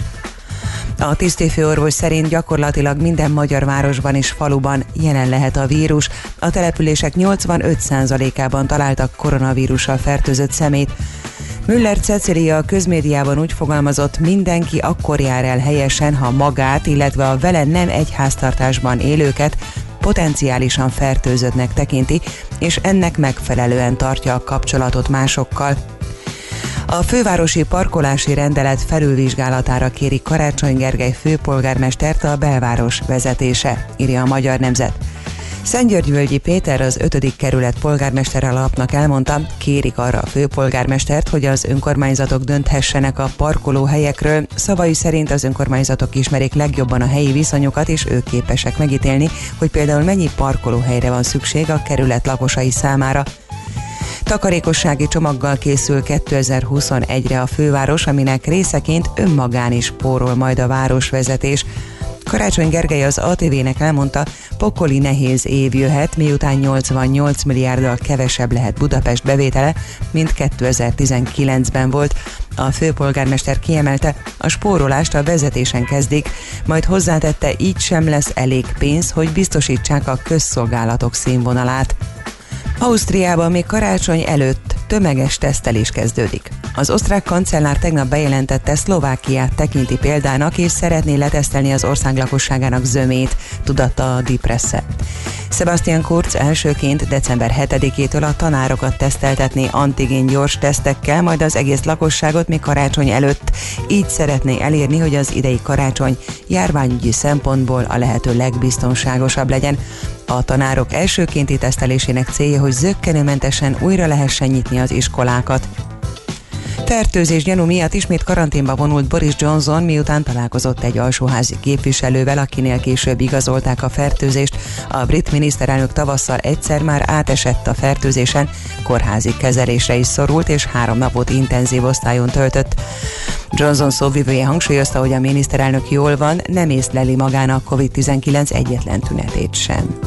A tisztifőorvos szerint gyakorlatilag minden magyar városban és faluban jelen lehet a vírus. A települések nyolcvanöt százalékában találtak koronavírussal fertőzött szemét. Müller Cecilia a közmédiában úgy fogalmazott, mindenki akkor jár el helyesen, ha magát, illetve a vele nem egy háztartásban élőket potenciálisan fertőzöttnek tekinti, és ennek megfelelően tartja a kapcsolatot másokkal. A fővárosi parkolási rendelet felülvizsgálatára kéri Karácsony Gergely főpolgármestert a belváros vezetése, írja a Magyar Nemzet. Szentgyörgyvölgyi Péter, az ötödik kerület polgármestere lapnak elmondta, kérik arra a főpolgármestert, hogy az önkormányzatok dönthessenek a parkolóhelyekről. Szavai szerint az önkormányzatok ismerik legjobban a helyi viszonyokat, és ők képesek megítélni, hogy például mennyi parkolóhelyre van szükség a kerület lakosai számára. Takarékossági csomaggal készül kétezer-huszonegyre a főváros, aminek részeként önmagán is spórol majd a városvezetés. Karácsony Gergely az á té vének elmondta, pokoli nehéz év jöhet, miután nyolcvannyolc milliárddal kevesebb lehet Budapest bevétele, mint kétezer-tizenkilencben volt. A főpolgármester kiemelte, a spórolást a vezetésen kezdik, majd hozzátette, így sem lesz elég pénz, hogy biztosítsák a közszolgálatok színvonalát. Ausztriában még karácsony előtt tömeges tesztelés kezdődik. Az osztrák kancellár tegnap bejelentette, Szlovákiát tekinti példának, és szeretné letesztelni az ország lakosságának zömét, tudatta a Die Presse. Sebastian Kurz elsőként december hetedikétől a tanárokat teszteltetné antigén gyors tesztekkel, majd az egész lakosságot még karácsony előtt. Így szeretné elérni, hogy az idei karácsony járványügyi szempontból a lehető legbiztonságosabb legyen. A tanárok elsőkénti tesztelésének célja, hogy zökkenőmentesen újra lehessen nyitni az iskolákat. Fertőzés gyanú miatt ismét karanténba vonult Boris Johnson, miután találkozott egy alsóházi képviselővel, akinél később igazolták a fertőzést. A brit miniszterelnök tavasszal egyszer már átesett a fertőzésen, kórházi kezelésre is szorult, és három napot intenzív osztályon töltött. Johnson szóvivője hangsúlyozta, hogy a miniszterelnök jól van, nem észleli magának kovid tizenkilenc egyetlen tünetét sem.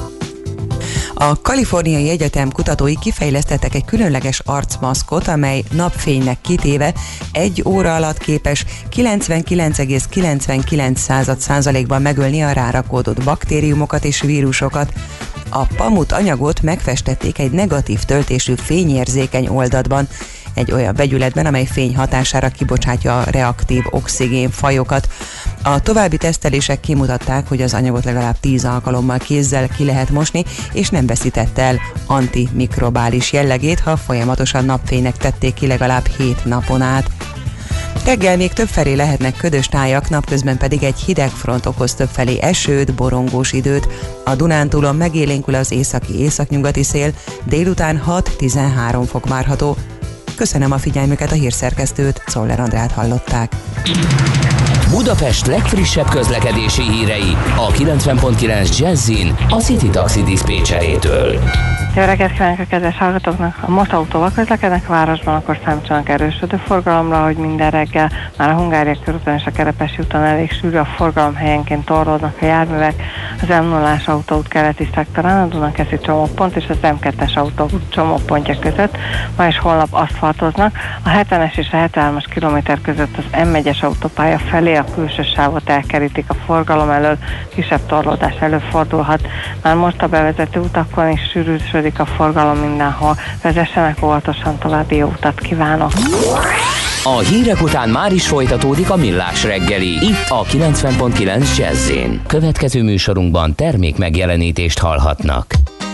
A Kaliforniai Egyetem kutatói kifejlesztettek egy különleges arcmaszkot, amely napfénynek kitéve egy óra alatt képes kilencvenkilenc egész kilencvenkilenc százalékban megölni a rárakódott baktériumokat és vírusokat. A pamut anyagot megfestették egy negatív töltésű fényérzékeny oldatban, egy olyan vegyületben, amely fény hatására kibocsátja a reaktív oxigén fajokat. A további tesztelések kimutatták, hogy az anyagot legalább tíz alkalommal kézzel ki lehet mosni, és nem veszítette el antimikrobális jellegét, ha folyamatosan napfénynek tették ki legalább hét napon át. Reggel még többfelé lehetnek ködös tájak, napközben pedig egy hideg front okoz többfelé esőt, borongós időt. A Dunántúlon megélénkül az északi-északnyugati szél, délután hat-tizenhárom fok várható. Köszönöm a figyelmüket, a hírszerkesztőt, Czoller Andrát hallották. Budapest legfrissebb közlekedési hírei a kilencven pont kilenc Jazzin a City Taxi diszpécsejétől. Jó reggelt kívánok a kedves hallgatóknak! Ha most autóval közlekednek a városban, akkor számítsanak erősödő forgalomra, hogy minden reggel már a Hungária körúton és a Kerepesi úton elég sűrű a forgalom, helyenként torlódnak a járművek. Az em nullás autóút keleti szektorán, a Dunakeszi csomópont és az em kettes autóút csomópontja között ma és holnap aszfaltoznak. A hetvenes és a hetvenhármas kilométer között az em egyes autópálya felé a külső sávot elkerítik a forgalom elől, kisebb torlódás előfordulhat. Már most a bevezető utakon is sűrűsödik a forgalom mindenhol. Vezessenek óvatosan, további jó utat kívánok! A hírek után már is folytatódik a Millás reggeli, itt a kilencven pont kilenc Jazz-in. Következő műsorunkban termék megjelenítést hallhatnak.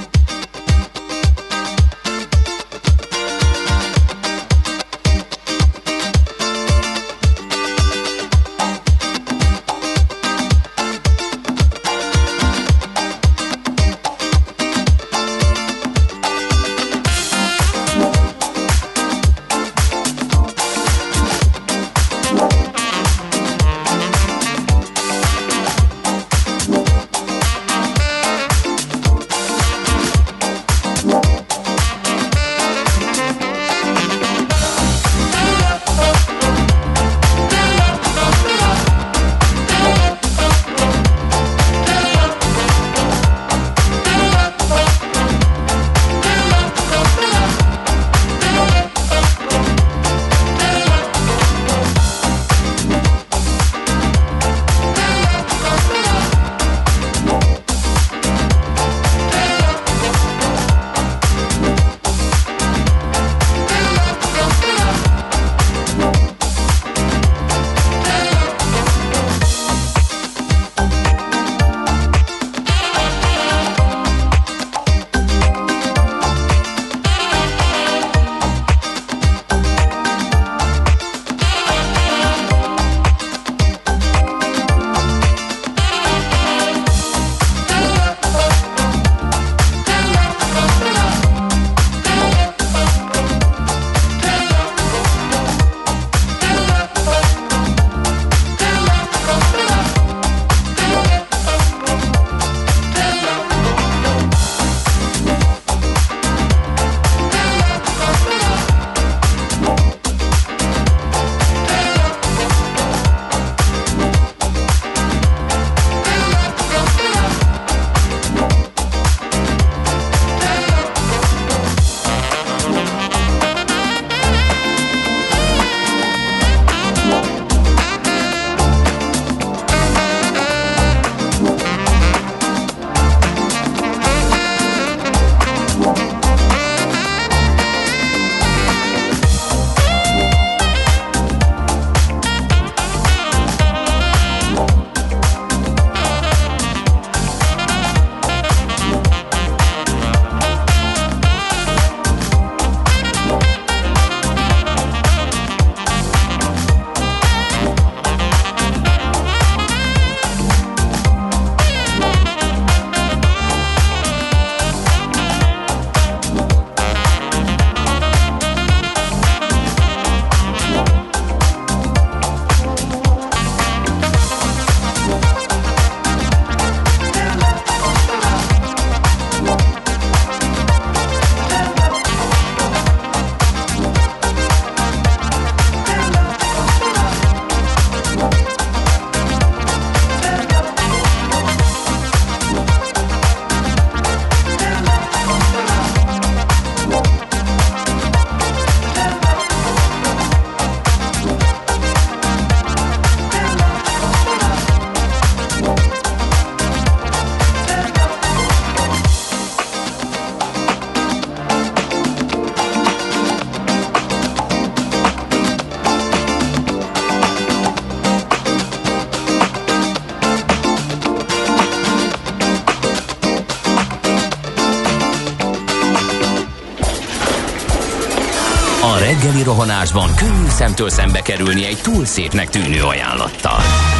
A reggeli rohanásban könnyű szemtől szembe kerülni egy túl szépnek tűnő ajánlattal.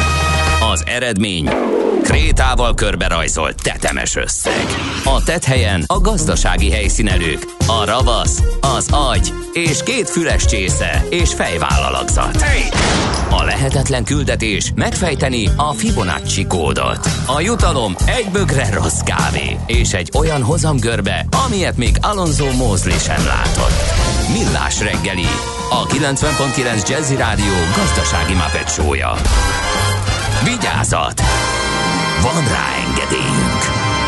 Az eredmény krétával körberajzolt tetemes összeg. A tetthelyen a gazdasági helyszínelők, a ravasz, az agy és két füles csésze és fejvállalakzat. A lehetetlen küldetés megfejteni a Fibonacci kódot. A jutalom egy bögre rossz kávé és egy olyan hozamgörbe, amilyet még Alonso Mosley sem látott. Millás reggeli, a kilencven pont kilenc Jazzy Rádió gazdasági Muppet show-ja. Vigyázat! Van rá engedélyünk!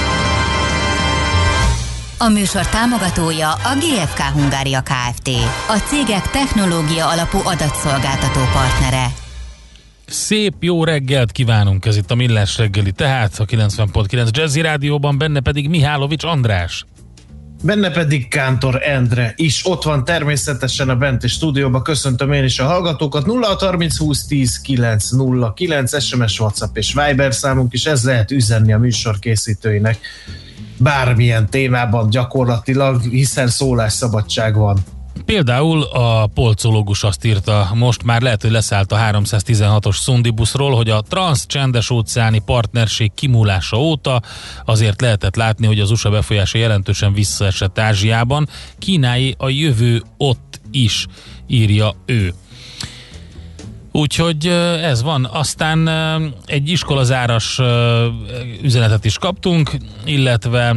A műsor támogatója a gé ef ká Hungária Kft. A cégek technológia alapú adatszolgáltató partnere. Szép jó reggelt kívánunk, ez itt a Millás reggeli, tehát a kilencven pont kilenc Jazzy Rádióban, benne pedig Mihálovics András. benne pedig Kántor Endre is ott van természetesen a benti stúdióban. Köszöntöm én is a hallgatókat. nulla hat harminc húsz tíz kilenc nulla kilenc es em es, WhatsApp és Viber számunk is, ez lehet üzenni a műsor készítőinek bármilyen témában gyakorlatilag, hiszen szólásszabadság van. Például a polcológus azt írta, most már lehet, hogy leszállt a háromszáztizenhatos szundibuszról, hogy a transz-csendes óceáni partnerség kimúlása óta azért lehetett látni, hogy az u es á befolyása jelentősen visszaesett Ázsiában. Kínái a jövő ott is, írja ő. Úgyhogy ez van. Aztán egy iskolazáras üzenetet is kaptunk, illetve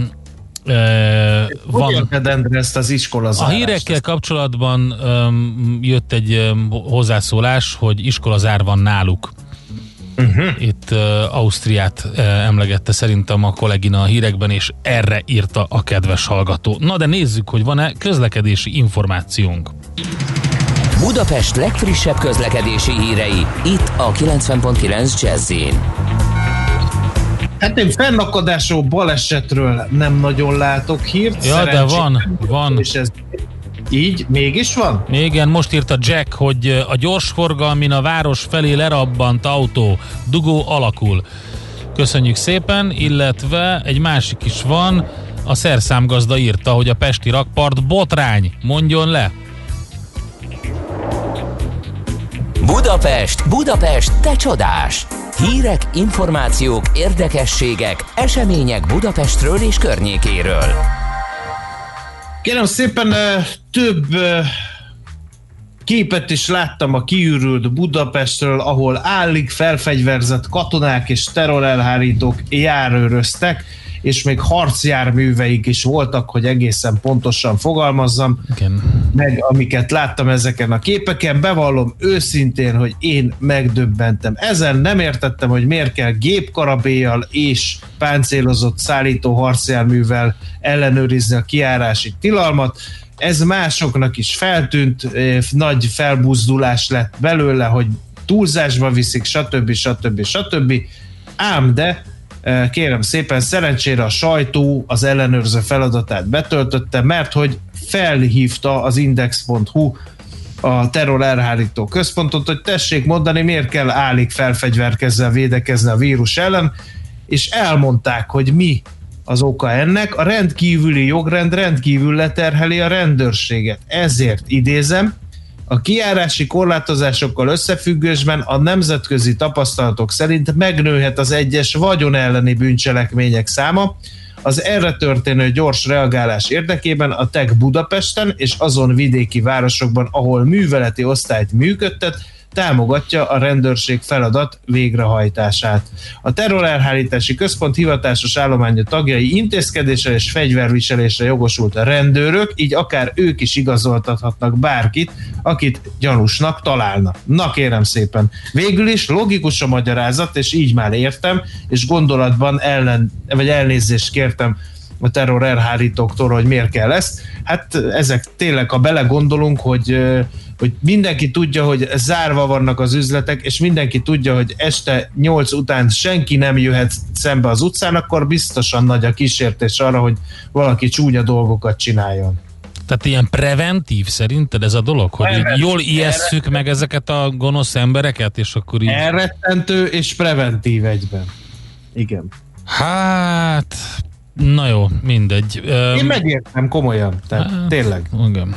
van ezt az iskolazárást? A hírekkel kapcsolatban um, jött egy um, hozzászólás, hogy iskolazár van náluk. Uh-huh. Itt uh, Ausztriát uh, emlegette szerintem a kollégina a hírekben, és erre írta a kedves hallgató. Na de nézzük, hogy van-e közlekedési információnk. Budapest legfrissebb közlekedési hírei, itt a kilencven pont kilenc Jazz-in. Hát én fennakadású balesetről nem nagyon látok hírt. Ja, de van, van. És ez így mégis van? Igen, most írta Jack, hogy a gyorsforgalmin a város felé lerabbant autó, dugó alakul. Köszönjük szépen, illetve egy másik is van, a szerszámgazda írta, hogy a pesti rakpart botrány, mondjon le. Budapest, Budapest, te csodás! Hírek, információk, érdekességek, események Budapestről és környékéről. Kérem szépen, több képet is láttam a kiürült Budapestről, ahol állig felfegyverzett katonák és terrorelhárítók járőröztek, és még harcjárműveik is voltak, hogy egészen pontosan fogalmazzam. Igen. Meg amiket láttam ezeken a képeken, bevallom őszintén, hogy én megdöbbentem. Ezen nem értettem, hogy miért kell gépkarabéllyal és páncélozott szállító harcjárművel ellenőrizni a kijárási tilalmat. Ez másoknak is feltűnt, nagy felbuzdulás lett belőle, hogy túlzásba viszik, stb. stb. stb. Ám de kérem szépen, szerencsére a sajtó az ellenőrző feladatát betöltötte, mert hogy felhívta az index pont hu a terror elhárító központot, hogy tessék mondani, miért kell állig felfegyverkezzel védekezni a vírus ellen, és elmondták, hogy mi az oka ennek. A rendkívüli jogrend rendkívül leterheli a rendőrséget. Ezért idézem, a kijárási korlátozásokkal összefüggésben a nemzetközi tapasztalatok szerint megnőhet az egyes vagyon elleni bűncselekmények száma. Az erre történő gyors reagálás érdekében a té e ká Budapesten és azon vidéki városokban, ahol műveleti osztályt működtet, támogatja a rendőrség feladat végrehajtását. A terrorelhárítási központ hivatásos állománya tagjai intézkedésre és fegyverviselésre jogosult a rendőrök, így akár ők is igazoltathatnak bárkit, akit gyanúsnak találnak. Na kérem szépen, végül is logikus a magyarázat, és így már értem, és gondolatban ellen, vagy elnézést kértem a terrorelhárítóktól, hogy miért kell ezt. Hát ezek tényleg, ha belegondolunk, hogy hogy mindenki tudja, hogy zárva vannak az üzletek, és mindenki tudja, hogy este nyolc után senki nem jöhet szembe az utcán, akkor biztosan nagy a kísértés arra, hogy valaki csúnya dolgokat csináljon. Tehát ilyen preventív szerinted ez a dolog? Hogy preventív, jól ijesszük meg ezeket a gonosz embereket, és akkor így... Elrettentő és preventív egyben. Igen. Hát... Na jó, mindegy. Én megértem komolyan, tehát hát, tényleg. Igen.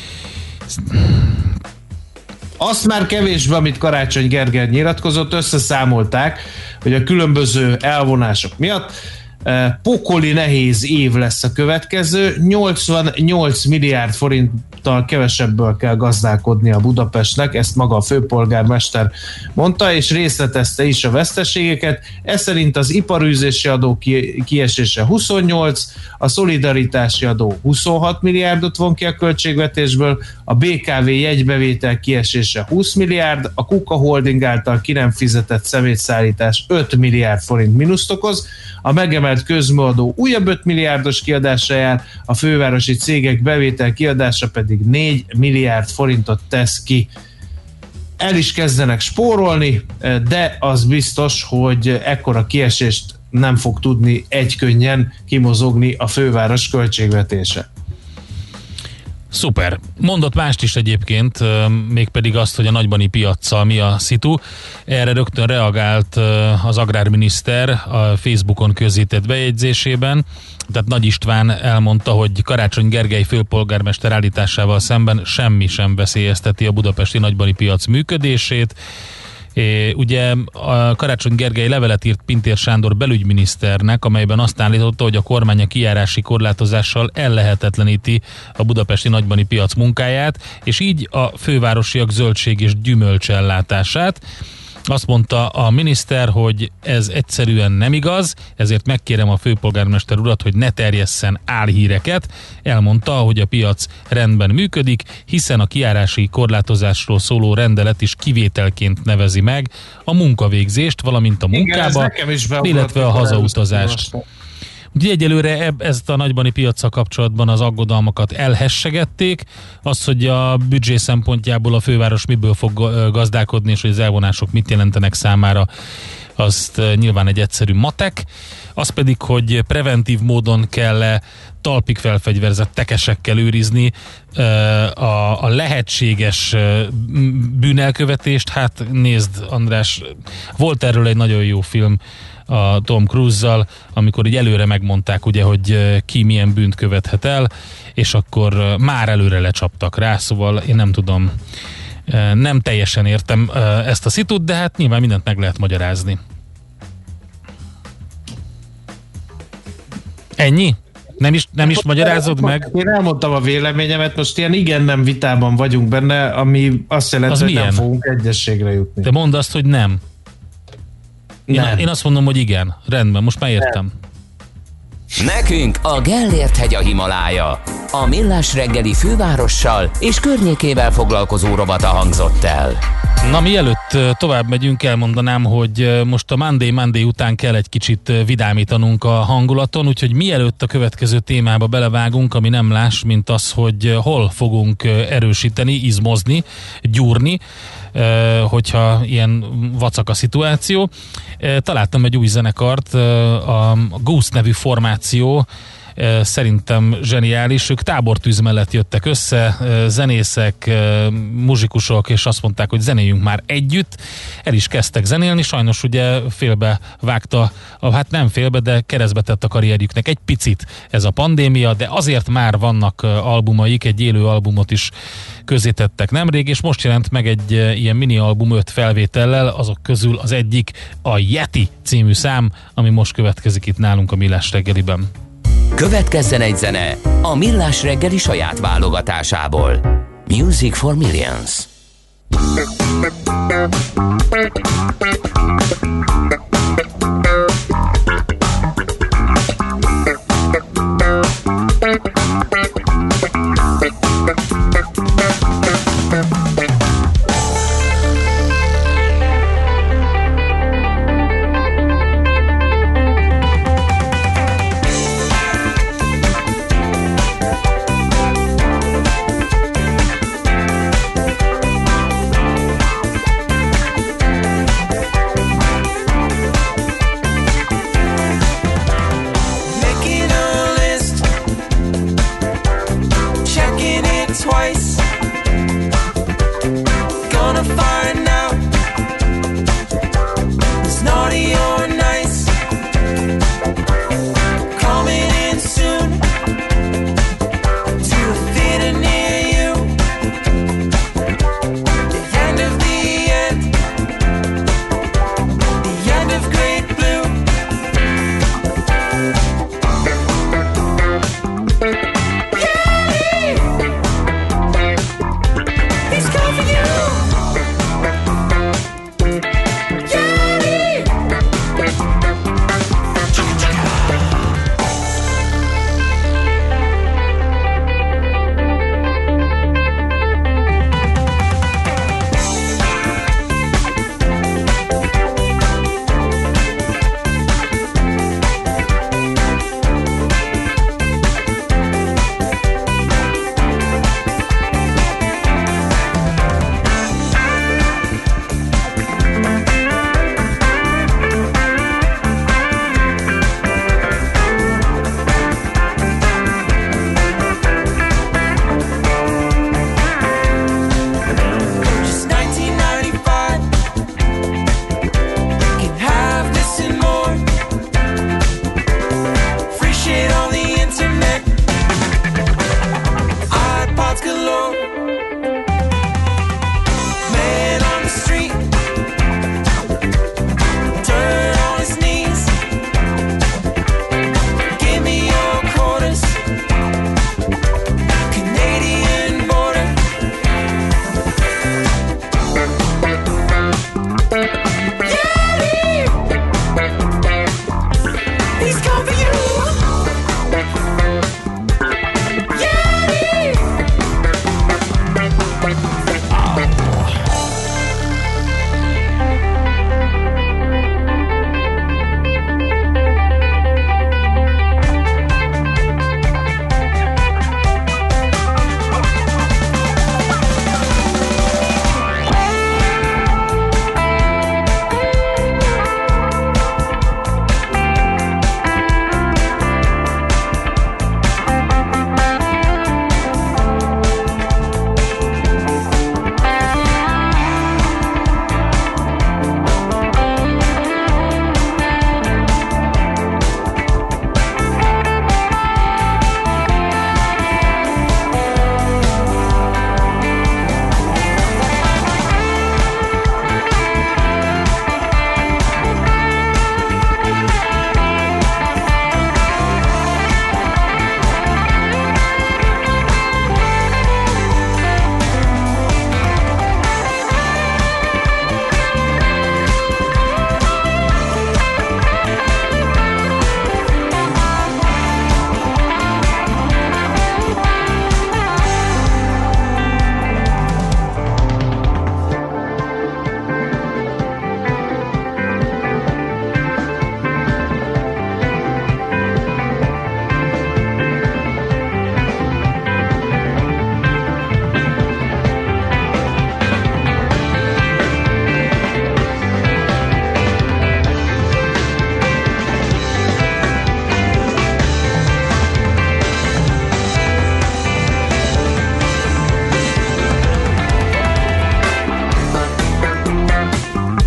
Azt már kevésbé, amit Karácsony Gergely nyilatkozott, összeszámolták, hogy a különböző elvonások miatt pokoli nehéz év lesz a következő, nyolcvannyolc milliárd forinttal kevesebből kell gazdálkodni a Budapestnek, ezt maga a főpolgármester mondta, és részletezte is a veszteségeket. Ez szerint az iparűzési adó kiesése huszonnyolc, a szolidaritási adó huszonhat milliárdot von ki a költségvetésből, a bé ká vé jegybevétel kiesése húsz milliárd, a Kuka Holding által ki nem fizetett szemétszállítás öt milliárd forint mínuszt okoz, a megemelt közműadó újabb öt milliárdos kiadásra jár, a fővárosi cégek bevétel kiadása pedig négy milliárd forintot tesz ki. El is kezdenek spórolni, de az biztos, hogy ekkora kiesést nem fog tudni egykönnyen kimozogni a főváros költségvetése. Szuper. Mondott mást is egyébként, mégpedig azt, hogy a nagybani piaccal mi a szitu. Erre rögtön reagált az agrárminiszter a Facebookon közzétett bejegyzésében. Tehát Nagy István elmondta, hogy Karácsony Gergely főpolgármester állításával szemben semmi sem veszélyezteti a budapesti nagybani piac működését. É, ugye a Karácsony Gergely levelet írt Pintér Sándor belügyminiszternek, amelyben azt állította, hogy a kormány a kijárási korlátozással ellehetetleníti a budapesti nagybani piac munkáját, és így a fővárosiak zöldség és gyümölcsellátását. Azt mondta a miniszter, hogy ez egyszerűen nem igaz, ezért megkérem a főpolgármester urat, hogy ne terjesszen álhíreket. Elmondta, hogy a piac rendben működik, hiszen a kijárási korlátozásról szóló rendelet is kivételként nevezi meg a munkavégzést, valamint a munkába, igen, illetve a hazautazást. Ugye egyelőre ezt a nagybani piaccal kapcsolatban az aggodalmakat elhessegették, az, hogy a büdzsé szempontjából a főváros miből fog gazdálkodni, és hogy az elvonások mit jelentenek számára, azt nyilván egy egyszerű matek, az pedig, hogy preventív módon kell talpig felfegyverzett tekesekkel őrizni a, a lehetséges bűnelkövetést. Hát nézd, András, volt erről egy nagyon jó film a Tom Cruise-zal, amikor így előre megmondták, ugye, hogy ki milyen bűnt követhet el, és akkor már előre lecsaptak rá, szóval én nem tudom, nem teljesen értem ezt a szitut, de hát nyilván mindent meg lehet magyarázni. Ennyi? Nem is, nem is magyarázod meg? Én elmondtam a véleményemet, most ilyen igen-nem vitában vagyunk benne, ami azt jelenti, az hogy milyen? Nem fogunk egyességre jutni. Te mondd azt, hogy nem. Én, én azt mondom, hogy igen. Rendben, most már értem. Nekünk a Gellért-hegy a Himalája. A Millás reggeli fővárossal és környékével foglalkozó rovata hangzott el. Na, mielőtt tovább megyünk, elmondanám, hogy most a Monday Monday után kell egy kicsit vidámítanunk a hangulaton, úgyhogy mielőtt a következő témába belevágunk, ami nem más, mint az, hogy hol fogunk erősíteni, izmozni, gyúrni, hogyha ilyen vacak a szituáció. Találtam egy új zenekart, a Ghost nevű formáció, szerintem zseniális. Ők tábortűz mellett jöttek össze, zenészek, muzsikusok, és azt mondták, hogy zenéljünk már együtt. El is kezdtek zenélni, sajnos ugye félbe vágta, hát nem félbe, de keresztbe tett a karrierjüknek egy picit ez a pandémia, de azért már vannak albumaik, egy élő albumot is közzétettek nemrég, és most jelent meg egy ilyen mini album öt felvétellel, azok közül az egyik a Yeti című szám, ami most következik itt nálunk a Millás reggeliben. Következzen egy zene a Millás reggeli saját válogatásából. Music for Millions.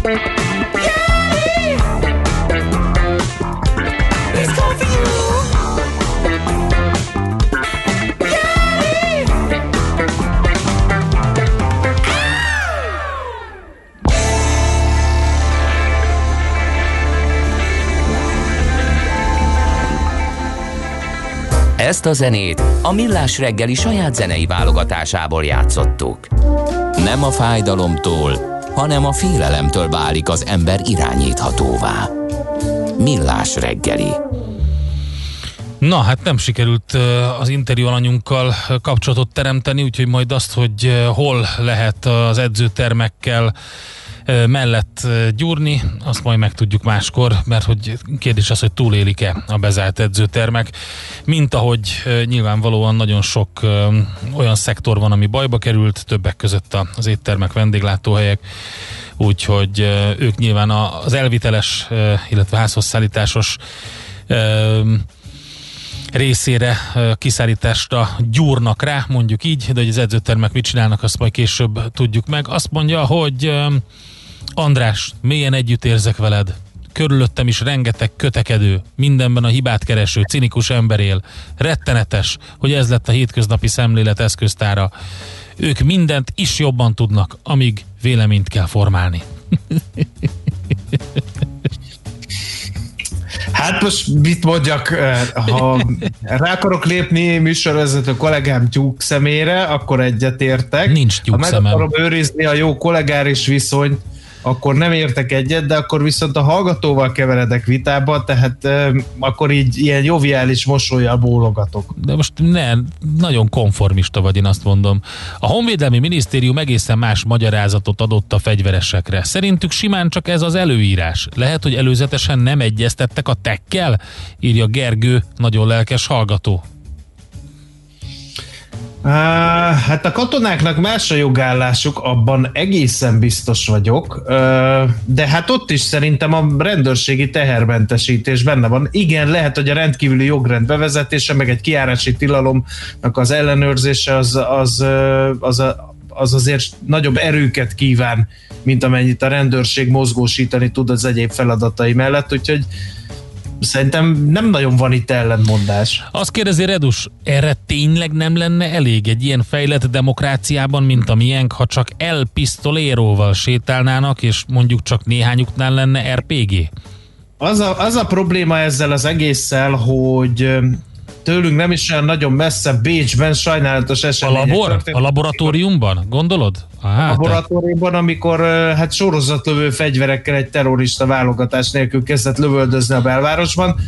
Ezt a zenét a Millás reggeli saját zenei válogatásából játszottuk. Nem a fájdalomtól, hanem a félelemtől válik az ember irányíthatóvá. Millás reggeli. Na, hát nem sikerült az interjú alanyunkkal kapcsolatot teremteni, úgyhogy majd azt, hogy hol lehet az edzőtermekkel mellett gyúrni, azt majd megtudjuk máskor, mert hogy kérdés az, hogy túlélik-e a bezárt edzőtermek, mint ahogy nyilvánvalóan nagyon sok olyan szektor van, ami bajba került, többek között az éttermek, vendéglátóhelyek, úgyhogy ők nyilván az elviteles, illetve házhozszállításos részére kiszállításra gyúrnak rá, mondjuk így, de hogy az edzőtermek mit csinálnak, azt majd később tudjuk meg. Azt mondja, hogy András, mélyen együtt érzek veled. Körülöttem is rengeteg kötekedő, mindenben a hibát kereső, cinikus ember él. Rettenetes, hogy ez lett a hétköznapi szemlélet eszköztára. Ők mindent is jobban tudnak, amíg véleményt kell formálni. Hát most mit mondjak, ha rá akarok lépni műsorvezető kollégám tyúk szemére, akkor egyetértek. Nincs tyúk Ha meg szemem. akarom őrizni a jó kollégáris viszonyt, akkor nem értek egyet, de akkor viszont a hallgatóval keveredek vitába, tehát euh, akkor így ilyen joviális mosollyal bólogatok. De most ne, nagyon konformista vagy, én azt mondom. A Honvédelmi Minisztérium egészen más magyarázatot adott a fegyveresekre. Szerintük simán csak ez az előírás. Lehet, hogy előzetesen nem egyeztettek a tekkel? Írja Gergő, nagyon lelkes hallgató. Uh, hát a katonáknak más a jogállásuk, abban egészen biztos vagyok, uh, de hát ott is szerintem a rendőrségi tehermentesítés benne van. Igen, lehet, hogy a rendkívüli jogrend bevezetése, meg egy kijárási tilalomnak az ellenőrzése az, az, az, az azért nagyobb erőket kíván, mint amennyit a rendőrség mozgósítani tud az egyéb feladatai mellett, úgyhogy szerintem nem nagyon van itt ellentmondás. Azt kérdezi Redus, erre tényleg nem lenne elég egy ilyen fejlett demokráciában, mint a miénk, ha csak El Pistoléróval sétálnának, és mondjuk csak néhányuknál lenne er pé gé? Az a, az a probléma ezzel az egésszel, hogy tőlünk nem is olyan nagyon messze Bécsben sajnálatos események. A labor? A laboratóriumban? Gondolod? A laboratóriumban, amikor hát sorozatlövő fegyverekkel egy terrorista válogatás nélkül kezdett lövöldözni a belvárosban.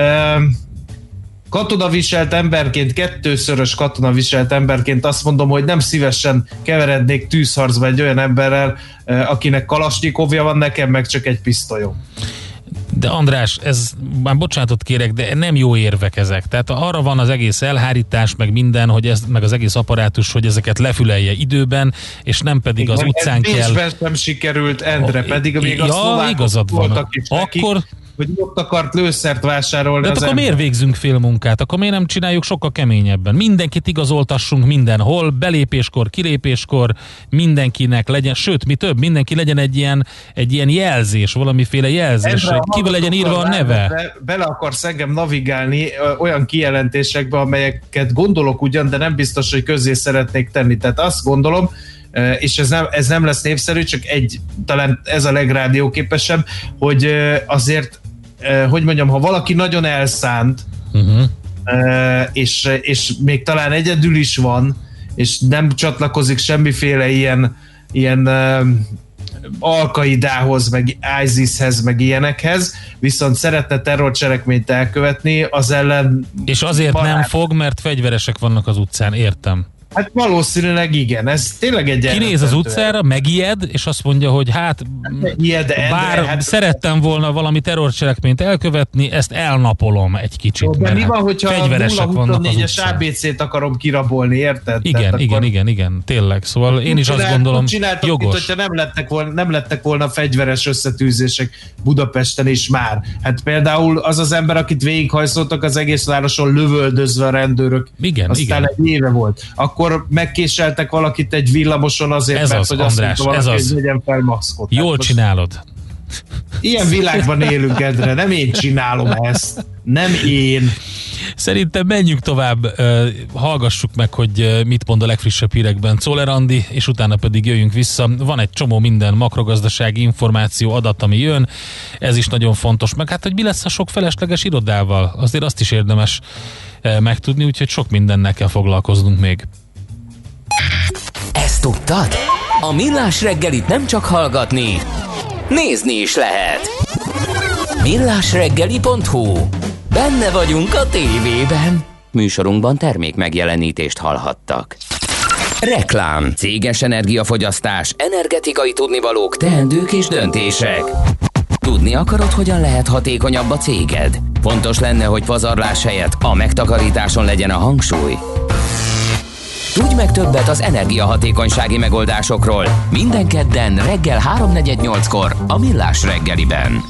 Katonaviselt emberként, kettőszörös katonaviselt emberként azt mondom, hogy nem szívesen keverednék tűzharcba egy olyan emberrel, akinek kalasnyikovja van, nekem meg csak egy pisztolyom. De András, ez, már bocsánatot kérek, de nem jó érvek ezek. Tehát arra van az egész elhárítás, meg minden, hogy ez, meg az egész apparátus, hogy ezeket lefülelje időben, és nem pedig igen, az utcán kell. Ez sem sikerült, Endre, pedig még ja, a szlovákok voltak is nekik, akkor hogy ott akart lőszert vásárolni. De az akkor ember. Miért végzünk félmunkát? Akkor miért nem csináljuk sokkal keményebben? Mindenkit igazoltassunk mindenhol, belépéskor, kilépéskor, mindenkinek legyen, sőt, mi több, mindenki legyen egy ilyen, egy ilyen jelzés, valamiféle jelzés, hogy kivel legyen írva a neve. Be, bele akarsz engem navigálni ö, olyan kijelentésekbe, amelyeket gondolok ugyan, de nem biztos, hogy közzé szeretnék tenni. Tehát azt gondolom, és ez nem, ez nem lesz népszerű, csak egy, talán ez a legrádióképesebb, hogy azért, hogy mondjam, ha valaki nagyon elszánt, uh-huh. és, és még talán egyedül is van, és nem csatlakozik semmiféle ilyen, ilyen Al-Qaidához, meg ISIS-hez, meg ilyenekhez, viszont szeretne terrorcselekményt elkövetni, az ellen... És azért barát... nem fog, mert fegyveresek vannak az utcán, értem. Hát valószínűleg igen, ez tényleg egy... Kinéz az utcára, megijed, és azt mondja, hogy hát, Ijed, bár hát szerettem volna valami terrorcselekményt elkövetni, ezt elnapolom egy kicsit. De mi van, hogyha fegyveresek vannak az huszonnégyes utcán. á bé cét akarom kirabolni, érted? Igen, Tehát igen, akkor... igen, igen, tényleg. Szóval én is csinál, azt gondolom, csináltak, jogos. Mint, hogyha nem lettek, volna, nem lettek volna fegyveres összetűzések Budapesten is már. Hát például az az ember, akit végighajszoltak az egész városon lövöldözve a rendőrök, igen, aztán igen. egy éve volt. Akkor akkor megkéseltek valakit egy villamoson azért, ez mert az, hogy András, azt mondta valaki, ez az. hogy vegyem fel maszkot. Jól hát csinálod. Ilyen világban élünk, Endre, nem én csinálom ezt. Nem én. Szerintem menjünk tovább, hallgassuk meg, hogy mit mond a legfrissebb hírekben Czoller Andi, és utána pedig jöjjünk vissza. Van egy csomó minden makrogazdasági információ, adat, ami jön, ez is nagyon fontos, meg hát, hogy mi lesz a sok felesleges irodával, azért azt is érdemes megtudni, úgyhogy sok mindennel kell foglalkoznunk még. Ezt tudtad? A Millás reggelit nem csak hallgatni, nézni is lehet. millásreggeli pont hu. Benne vagyunk a tévében. Műsorunkban termék megjelenítést hallhattak. Reklám, céges energiafogyasztás, energetikai tudnivalók, teendők és döntések. Tudni akarod, hogyan lehet hatékonyabb a céged? Fontos lenne, hogy pazarlás helyett a megtakarításon legyen a hangsúly. Tudj meg többet az energiahatékonysági megoldásokról minden kedden reggel háromnegyed nyolckor a Millás reggeliben.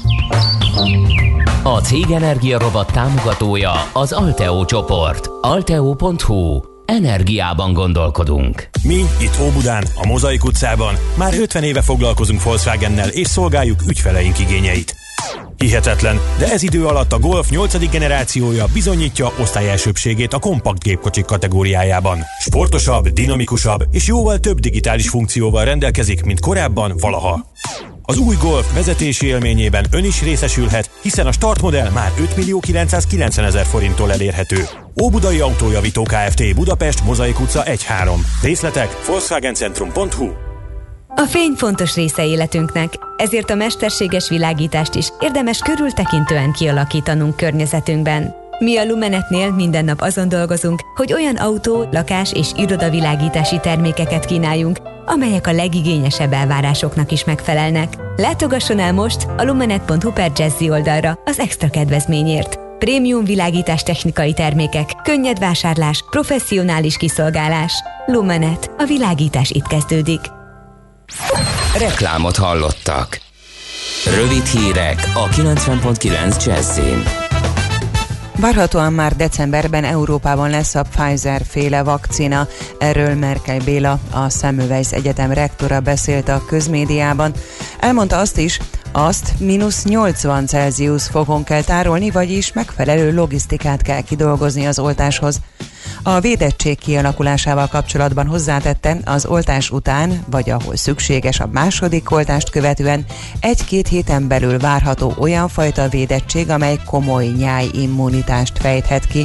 A Cég Energia Rovat támogatója az Alteo csoport. alteo pont hu. Energiában gondolkodunk. Mi itt Óbudán, a Mozaik utcában már ötven éve foglalkozunk Volkswagennel és szolgáljuk ügyfeleink igényeit. Hihetetlen, de ez idő alatt a Golf nyolcadik generációja bizonyítja osztályelsőbbségét a kompakt gépkocsik kategóriájában. Sportosabb, dinamikusabb és jóval több digitális funkcióval rendelkezik, mint korábban valaha. Az új Golf vezetési élményében ön is részesülhet, hiszen a startmodell már ötmillió kilencszázkilencvenezer forinttól elérhető. Óbudai Autójavító Kft. Budapest, Mozaik utca egy három. Részletek volkswagencentrum pont hu. A fény fontos része életünknek, ezért a mesterséges világítást is érdemes körültekintően kialakítanunk környezetünkben. Mi a Lumenetnél minden nap azon dolgozunk, hogy olyan autó, lakás és irodavilágítási termékeket kínáljunk, amelyek a legigényesebb elvárásoknak is megfelelnek. Látogasson el most a lumenet pont hu per Jazzy oldalra az extra kedvezményért. Prémium világítás technikai termékek, könnyed vásárlás, professzionális kiszolgálás. Lumenet. A világítás itt kezdődik. Reklámot hallottak. Rövid hírek a kilencven pont kilenc Jazzyn. Várhatóan már decemberben Európában lesz a Pfizer-féle vakcina. Erről Merkel Béla, a Semmelweis Egyetem rektora beszélt a közmédiában. Elmondta azt is, azt mínusz nyolcvan Celsius fokon kell tárolni, vagyis megfelelő logisztikát kell kidolgozni az oltáshoz. A védettség kialakulásával kapcsolatban hozzátette, az oltás után, vagy ahol szükséges a második oltást követően, egy-két héten belül várható olyan fajta védettség, amely komoly nyájimmunitást fejthet ki.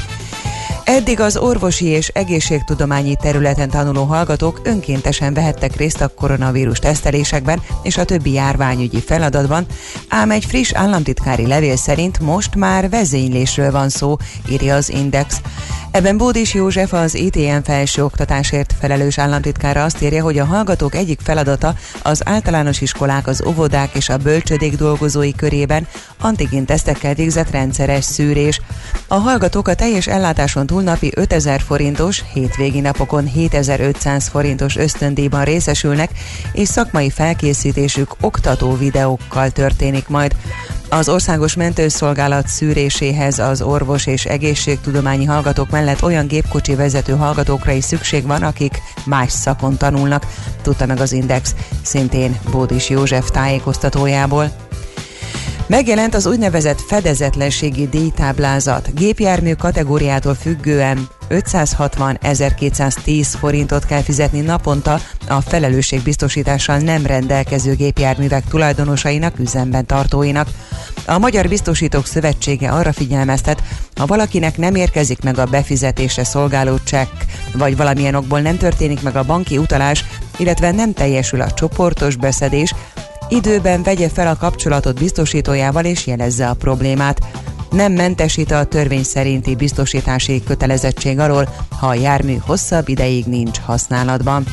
Eddig az orvosi és egészségtudományi területen tanuló hallgatók önkéntesen vehettek részt a koronavírus tesztelésekben és a többi járványügyi feladatban, ám egy friss államtitkári levél szerint most már vezénylésről van szó, írja az Index. Ebben Bódis József, az i té en felsőoktatásért felelős államtitkára azt írja, hogy a hallgatók egyik feladata az általános iskolák, az óvodák és a bölcsödék dolgozói körében antigén-tesztekkel végzett rendszeres szűrés. A hallgatók a teljes ellátáson túl napi ötezer forintos, hétvégi napokon hétezer-ötszáz forintos ösztöndíjban részesülnek, és szakmai felkészítésük oktató videókkal történik majd. Az Országos Mentőszolgálat szűréséhez az orvos és egészségtudományi hallgatók mellett olyan gépkocsi vezető hallgatókra is szükség van, akik más szakon tanulnak, tudta meg az Index, szintén Bódis József tájékoztatójából. Megjelent az úgynevezett fedezetlenségi díjtáblázat. Gépjármű kategóriától függően ötszázhatvan - ezerkétszáztíz forintot kell fizetni naponta a felelősségbiztosítással nem rendelkező gépjárművek tulajdonosainak, üzemben tartóinak. A Magyar Biztosítók Szövetsége arra figyelmeztet, ha valakinek nem érkezik meg a befizetésre szolgáló csekk, vagy valamilyen okból nem történik meg a banki utalás, illetve nem teljesül a csoportos beszedés, időben vegye fel a kapcsolatot biztosítójával és jelezze a problémát. Nem mentesít a törvény szerinti biztosítási kötelezettség alól, ha a jármű hosszabb ideig nincs használatban.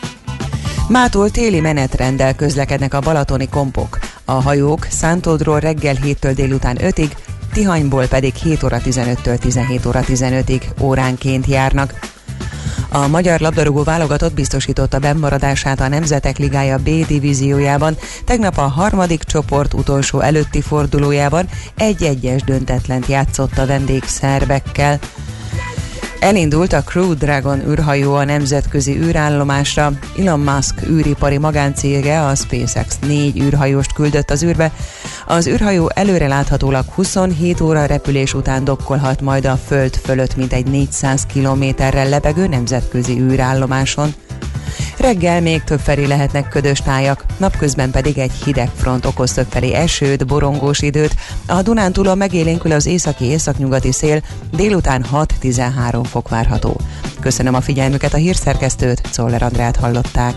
Mától téli menetrenddel közlekednek a balatoni kompok. A hajók Szántódról reggel héttől délután ötig, Tihanyból pedig hét óra tizenöttől tizenhét óra tizenötig óránként járnak. A magyar labdarúgó válogatott biztosította bennmaradását a Nemzetek Ligája B divíziójában. Tegnap a harmadik csoport utolsó előtti fordulójában egy egyes döntetlent játszott a vendégszerbekkel. Elindult a Crew Dragon űrhajó a nemzetközi űrállomásra. Elon Musk űripari magáncége, a SpaceX négy űrhajóst küldött az űrbe. Az űrhajó előreláthatólag huszonhét óra repülés után dokkolhat majd a Föld fölött mintegy négyszáz kilométerrel lebegő nemzetközi űrállomáson. Reggel még többfelé lehetnek ködös tájak, napközben pedig egy hideg front okoz többfelé esőt, borongós időt. A Dunántúlon megélénkül az északi északnyugati szél, délután hat-tizenhárom fok várható. Köszönöm a figyelmüket, a hírszerkesztőt, Czoller Andrát hallották.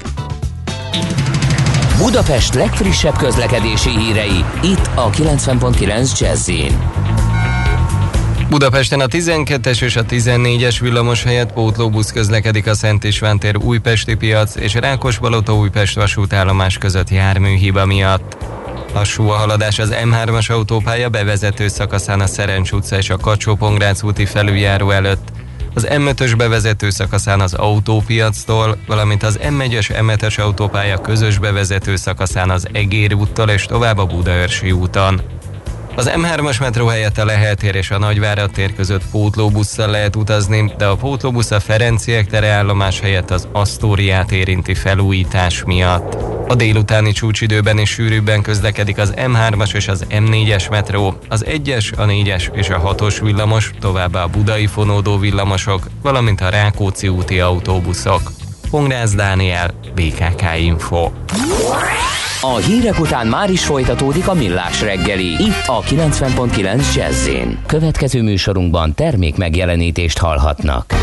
Budapest legfrissebb közlekedési hírei, itt a kilencven pont kilenc Jazz-in. Budapesten a tizenkettes és a tizennégyes villamos helyett pótlóbusz közlekedik a Szent István tér Újpesti piac és Rákospalota Újpest vasútállomás között járműhiba miatt. Lassú a haladás az M hármas autópálya bevezető szakaszán a Szerencs utca és a Kacsó-Pongrác úti felüljáró előtt, az M ötös bevezető szakaszán az Autópiactól, valamint az M egyes M hetes autópálya közös bevezető szakaszán az Egér úttól és tovább a Budaörsi úton. Az M hármas metró helyett a Lehel tér és a Nagyvárad tér között pótlóbusszal lehet utazni, de a pótlóbusz a Ferenciek tere állomás helyett az Asztóriát érinti felújítás miatt. A délutáni csúcsidőben is sűrűbben közlekedik az M hármas és az M négyes metró, az egyes, a négyes és a hatos villamos, továbbá a budai fonódó villamosok, valamint a Rákóczi úti autóbuszok. Pongrász Dániel, bé ká ká Info. A hírek után már is folytatódik a Millás reggeli, itt a kilencven pont kilenc Jazz-in. Következő műsorunkban termék megjelenítést hallhatnak.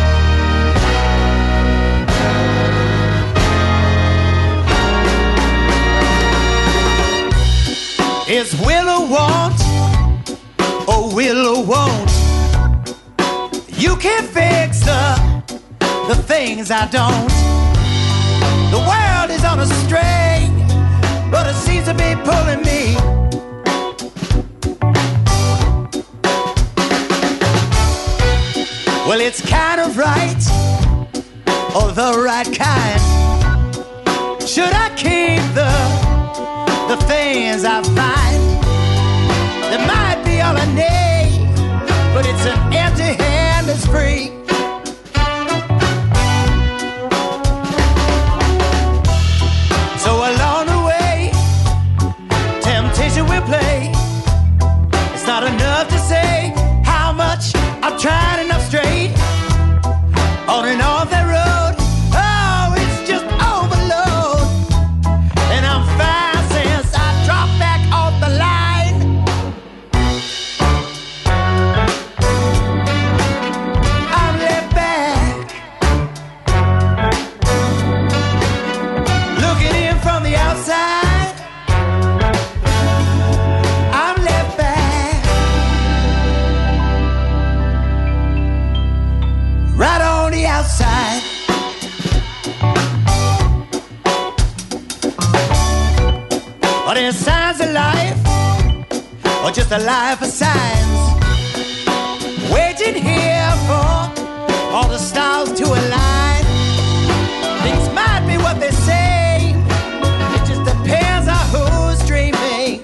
It's will or won't, or will or won't. You can't fix the, the things I don't. The world is on a string, but it seems to be pulling me. Well, it's kind of right, or the right kind. Should I keep the the things I find? There might be all I need, but it's an empty hand that's free. So along the way, temptation will play. It's not enough to say how much I've tried and I've strayed on and off that road. Oh, it's just overload, and I'm fine since I dropped back off the line. I'm left back, looking in from the outside. I'm left back, right on the outside. Are there signs of life, or just a life of signs? Waiting here for all the stars to align. Things might be what they say, it just depends on who's dreaming.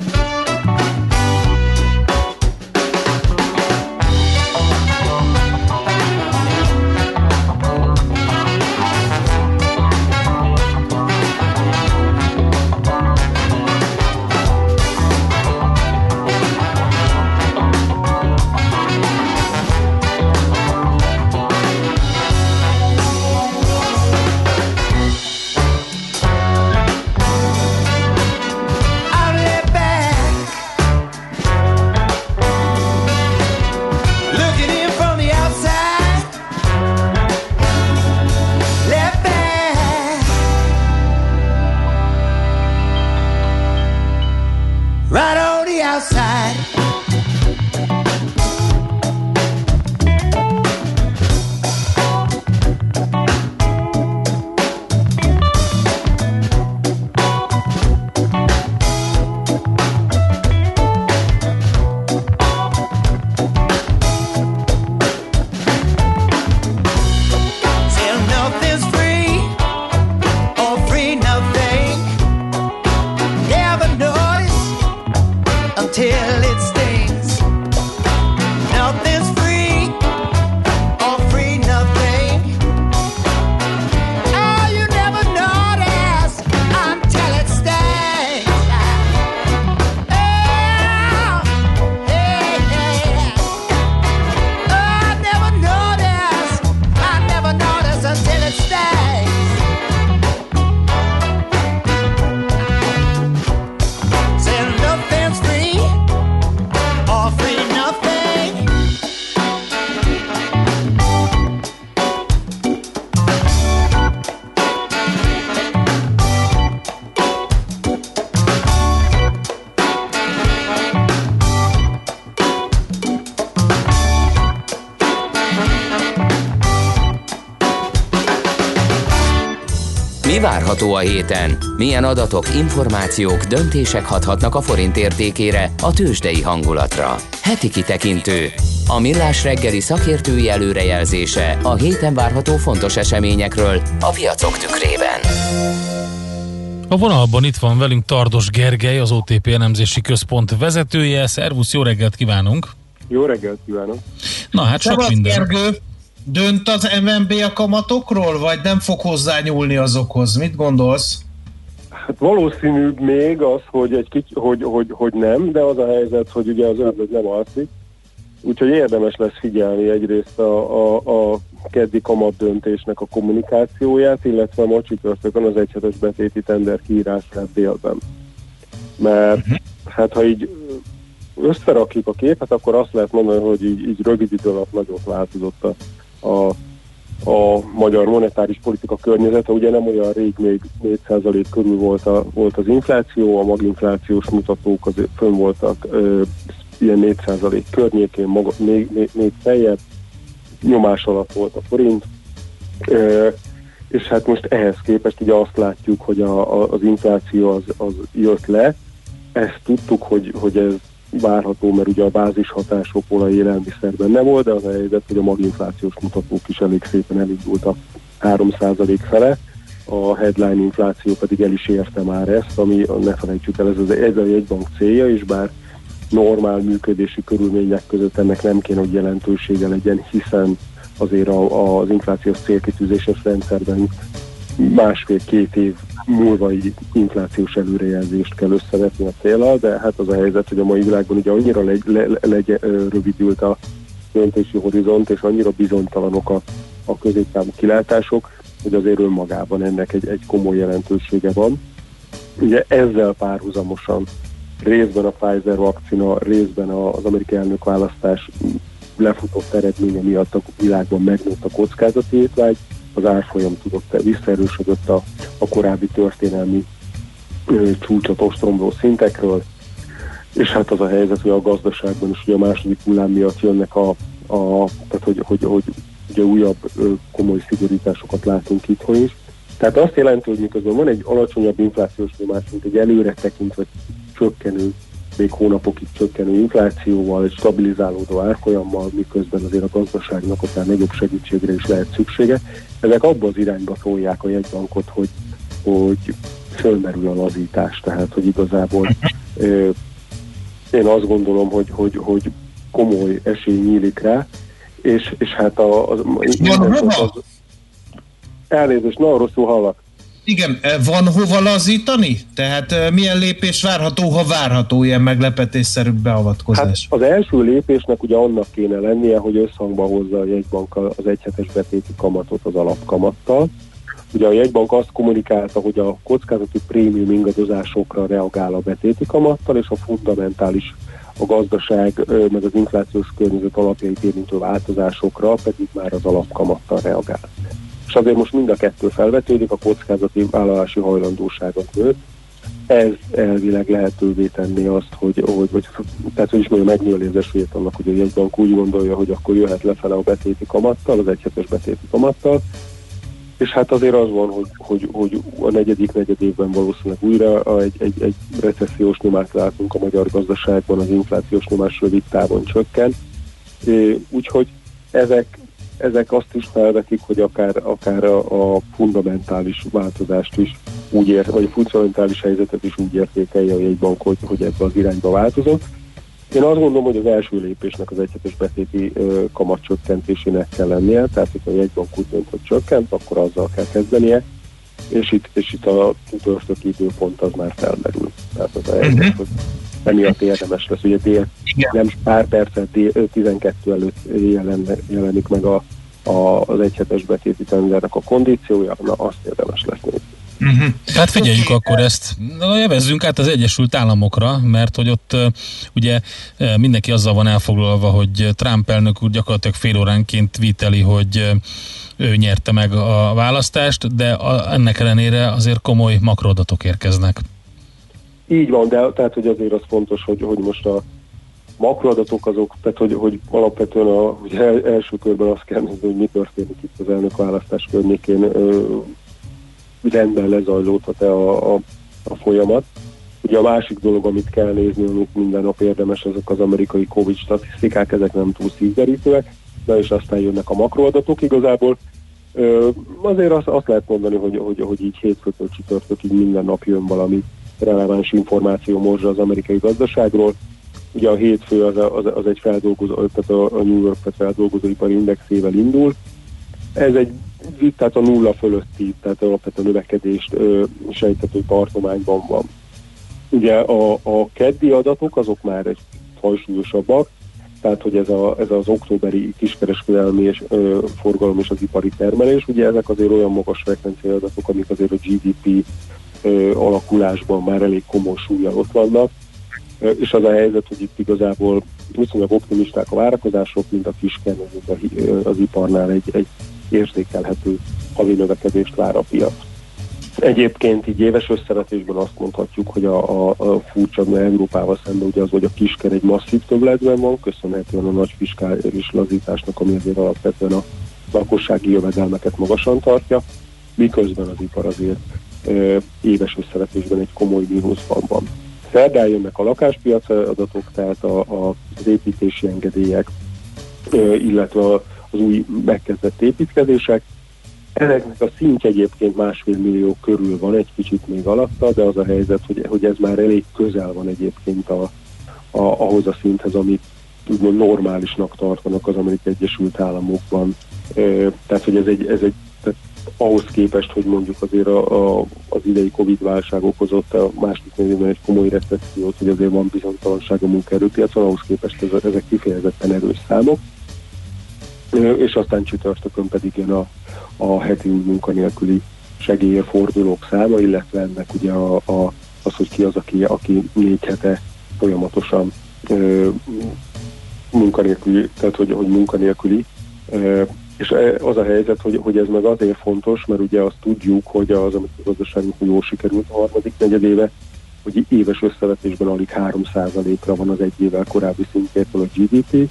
Mi várható a héten? Milyen adatok, információk, döntések hathatnak a forint értékére, a tőzsdei hangulatra? Heti kitekintő. A Millás reggeli szakértői előrejelzése a héten várható fontos eseményekről a piacok tükrében. A vonalban itt van velünk Tardos Gergely, az o té pé elemzési központ vezetője. Szervusz, jó reggelt kívánunk! Jó reggelt kívánok! Na hát sok Szabad minden. Gergő, dönt az em en bé a kamatokról, vagy nem fog hozzányúlni azokhoz? Mit gondolsz? Hát valószínűbb még az, hogy, egy kicsi, hogy, hogy, hogy nem, de az a helyzet, hogy ugye az ördög nem alszik. Úgyhogy érdemes lesz figyelni egyrészt a, a, a keddi kamat döntésnek a kommunikációját, illetve ma csütörtökön az egyhetes betéti tender kiírását délben. Mert uh-huh. hát ha így összerakjuk a képet, akkor azt lehet mondani, hogy így, így rövid idő alatt nagyot változott a, a, a magyar monetáris politika környezete. Ugye nem olyan rég még négy százalék körül volt, a, volt az infláció, a maginflációs mutatók azért fönn voltak ö, ilyen négy százalék környékén, maga, még, még, még feljebb, nyomás alatt volt a forint, ö, és hát most ehhez képest ugye azt látjuk, hogy a, a, az infláció az, az jött le. Ezt tudtuk, hogy, hogy ez várható, mert ugye a bázis hatások olaj élelmiszerben nem volt, de az a helyzet, hogy a maginflációs mutatók is elég szépen elindultak három százalék fele, a headline infláció pedig el is érte már ezt, ami, ne felejtsük el, ez az ez a jegybank célja, és bár normál működési körülmények között ennek nem kéne, hogy jelentősége legyen, hiszen azért a, a, az inflációs célkitűzéses rendszerben másfél-két év múlvai inflációs előrejelzést kell összevetni a céllal, de hát az a helyzet, hogy a mai világban ugye annyira le, le, le, rövidült a döntési horizont, és annyira bizonytalanok a, a középtávú kilátások, hogy azért önmagában ennek egy, egy komoly jelentősége van. Ugye ezzel párhuzamosan részben a Pfizer vakcina, részben az amerikai elnökválasztás lefutott eredménye miatt a világban megnőtt a kockázati étvágy, az árfolyam tudott visszaerősödött a, a korábbi történelmi ö, csúcsot ostromló szintekről, és hát az a helyzet, hogy a gazdaságban is ugye a második hullám miatt jönnek a, a tehát hogy, hogy, hogy ugye újabb ö, komoly szigorításokat látunk itthon is. Tehát azt jelenti, hogy miközben van egy alacsonyabb inflációs nyomás, mint egy előre tekintve csökkenő, még hónapokig csökkenő inflációval, egy stabilizálódó árfolyammal, miközben azért a gazdaságnak akár nagyobb segítségre is lehet szüksége. Ezek abba az irányba tolják a jegybankot, hogy, hogy fölmerül a lazítás, tehát hogy igazából ö, én azt gondolom, hogy, hogy, hogy komoly esély nyílik rá, és, és hát a, az, az, az elnézést, nagyon rosszul hallak. Igen, van hova lazítani? Tehát milyen lépés várható, ha várható ilyen meglepetésszerű beavatkozás? Hát az első lépésnek ugye annak kéne lennie, hogy összhangba hozza a jegybank az egyhetes betéti kamatot az alapkamattal. Ugye a jegybank azt kommunikálta, hogy a kockázati prémium ingadozásokra reagál a betéti kamattal, és a fundamentális, a gazdaság meg az inflációs környezet alapjait érintő változásokra pedig már az alapkamattal reagál. És azért most mind a kettő felvetődik, a kockázati vállalási hajlandóságot nőtt. Ez elvileg lehetővé tenni azt, hogy, hogy, hogy tehát hogy is mondja, megnőli az esélyt annak, hogy a jegybank úgy gondolja, hogy akkor jöhet lefele a betéti kamattal, az egyhetes betéti kamattal. És hát azért az van, hogy, hogy, hogy a negyedik negyed évben valószínűleg újra egy, egy, egy recessziós nyomást látunk a magyar gazdaságban, az inflációs nyomás rövid távon csökken. Úgyhogy ezek Ezek azt is felvetik, hogy akár, akár a, a fundamentális változást is úgy ért, vagy a fundamentális helyzetet is úgy értékelje a jegybank, hogy, hogy ebbe az irányba változott. Én azt gondolom, hogy az első lépésnek az egyhetes betéti uh, kamat csökkentésének kell lennie, tehát hogyha a jegybank úgy dönt, hogy csökkent, akkor azzal kell kezdenie, és itt, és itt a csütörtöki időpont az már felmerül. Tehát az a helyzet, uh-huh. hogy emiatt érdemes lesz, ugye dél, nem pár percet dél, tizenkettő előtt jelen, jelenik meg a, a, az egyhetes betéti tendernek a kondíciója, na azt érdemes lesz nézni. Uh-huh. Hát figyeljük okay. akkor ezt, evezzünk át az Egyesült Államokra, mert hogy ott uh, ugye uh, mindenki azzal van elfoglalva, hogy Trump elnök úr gyakorlatilag fél óránként tweeteli, hogy uh, ő nyerte meg a választást, de a, ennek ellenére azért komoly makroadatok érkeznek. Így van, de tehát, hogy azért az fontos, hogy, hogy most a makroadatok azok, tehát, hogy, hogy alapvetően a, ugye első körben azt kell nézni, hogy mi történik itt az elnökválasztás környékén. rendben lezajlódhat-e a, a, a folyamat. Ugye a másik dolog, amit kell nézni, amit minden nap érdemes, azok az amerikai Covid statisztikák, ezek nem túl szívderítőek, de és aztán jönnek a makroadatok igazából. Ö, azért azt, azt lehet mondani, hogy, hogy, hogy így hétfőtől csütörtökig minden nap jön valami releváns információ morzsa az amerikai gazdaságról. Ugye a hétfő az, az, az egy feldolgozó, tehát a, a New York feldolgozóipari indexével indul. Ez egy, tehát a nulla fölötti, tehát alapvetően növekedést ö, sejtető tartományban van. Ugye a, a keddi adatok azok már egy fajsúlyosabbak, tehát hogy ez, a, ez az októberi kiskereskedelmi és, ö, forgalom és az ipari termelés, ugye ezek azért olyan magas frekvenciai adatok, amik azért a gé dé pé ö, alakulásban már elég komoly súllyal ott vannak, ö, és az a helyzet, hogy itt igazából viszonylag optimisták a várakozások, mint a kisken, mint a, az iparnál egy, egy érzékelhető havi növekedést vár a piac. Egyébként így éves összevetésben azt mondhatjuk, hogy a, a, a furcsa Európával szemben ugye az, hogy a kisker egy masszív többletben van, köszönhetően a nagy fiskális lazításnak, ami azért alapvetően a lakossági jövedelmeket magasan tartja, miközben az ipar azért ö, éves összevetésben egy komoly mínuszban van. Szerdán jönnek a lakáspiac adatok, tehát a, a, az építési engedélyek, ö, illetve az új megkezdett építkezések. Ezeknek a szintje egyébként másfél millió körül van, egy kicsit még alatta, de az a helyzet, hogy, hogy ez már elég közel van egyébként a, a, ahhoz a szinthez, amit úgymond normálisnak tartanak az Amerikai Egyesült Államokban. E, tehát, hogy ez egy, ez egy tehát ahhoz képest, hogy mondjuk azért a, a, az idei Covid-válság okozott a második negyedben egy komoly recessziót, hogy azért van bizonytalanság a munkaerőpiacon, ahhoz képest ez, ezek kifejezetten erős számok. E, és aztán csütörtökön pedig jön a a heti munkanélküli segélyre fordulók száma, illetve ennek ugye a, a, az, hogy ki az, aki, aki négy hete folyamatosan ö, munkanélküli, tehát hogy, hogy munkanélküli. Ö, és az a helyzet, hogy, hogy ez meg azért fontos, mert ugye azt tudjuk, hogy az, amit a gazdaságunkban jól sikerült a harmadik negyedéve, hogy éves összevetésben alig három százalékra van az egy évvel korábbi szintjétől a gé dé pé,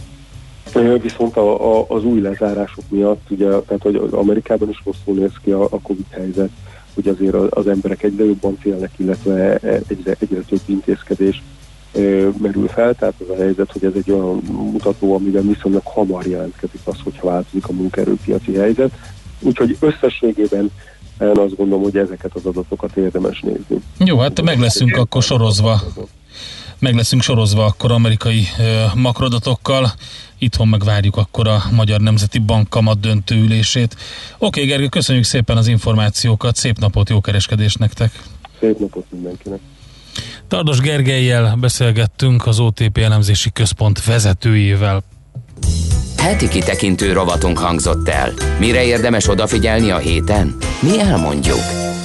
viszont a, a, az új lezárások miatt, ugye, tehát hogy Amerikában is rosszul néz ki a, a Covid helyzet, hogy azért az emberek egyre jobban félnek, illetve egyre, egyre több intézkedés e, merül fel, tehát az a helyzet, hogy ez egy olyan mutató, amivel viszonylag hamar jelentkezik az, hogyha változik a munkaerőpiaci helyzet. Úgyhogy összességében én azt gondolom, hogy ezeket az adatokat érdemes nézni. Jó, hát meg leszünk akkor sorozva. Meg leszünk sorozva akkor amerikai ö, makroadatokkal. Itthon megvárjuk akkor a Magyar Nemzeti Bank kamat döntő ülését. Oké, Gergő, köszönjük szépen az információkat, szép napot, jó kereskedést nektek! Szép napot mindenkinek! Tardos Gergellyel beszélgettünk, az o té pé elemzési központ vezetőjével. Heti kitekintő rovatunk hangzott el. Mire érdemes odafigyelni a héten? Mi elmondjuk.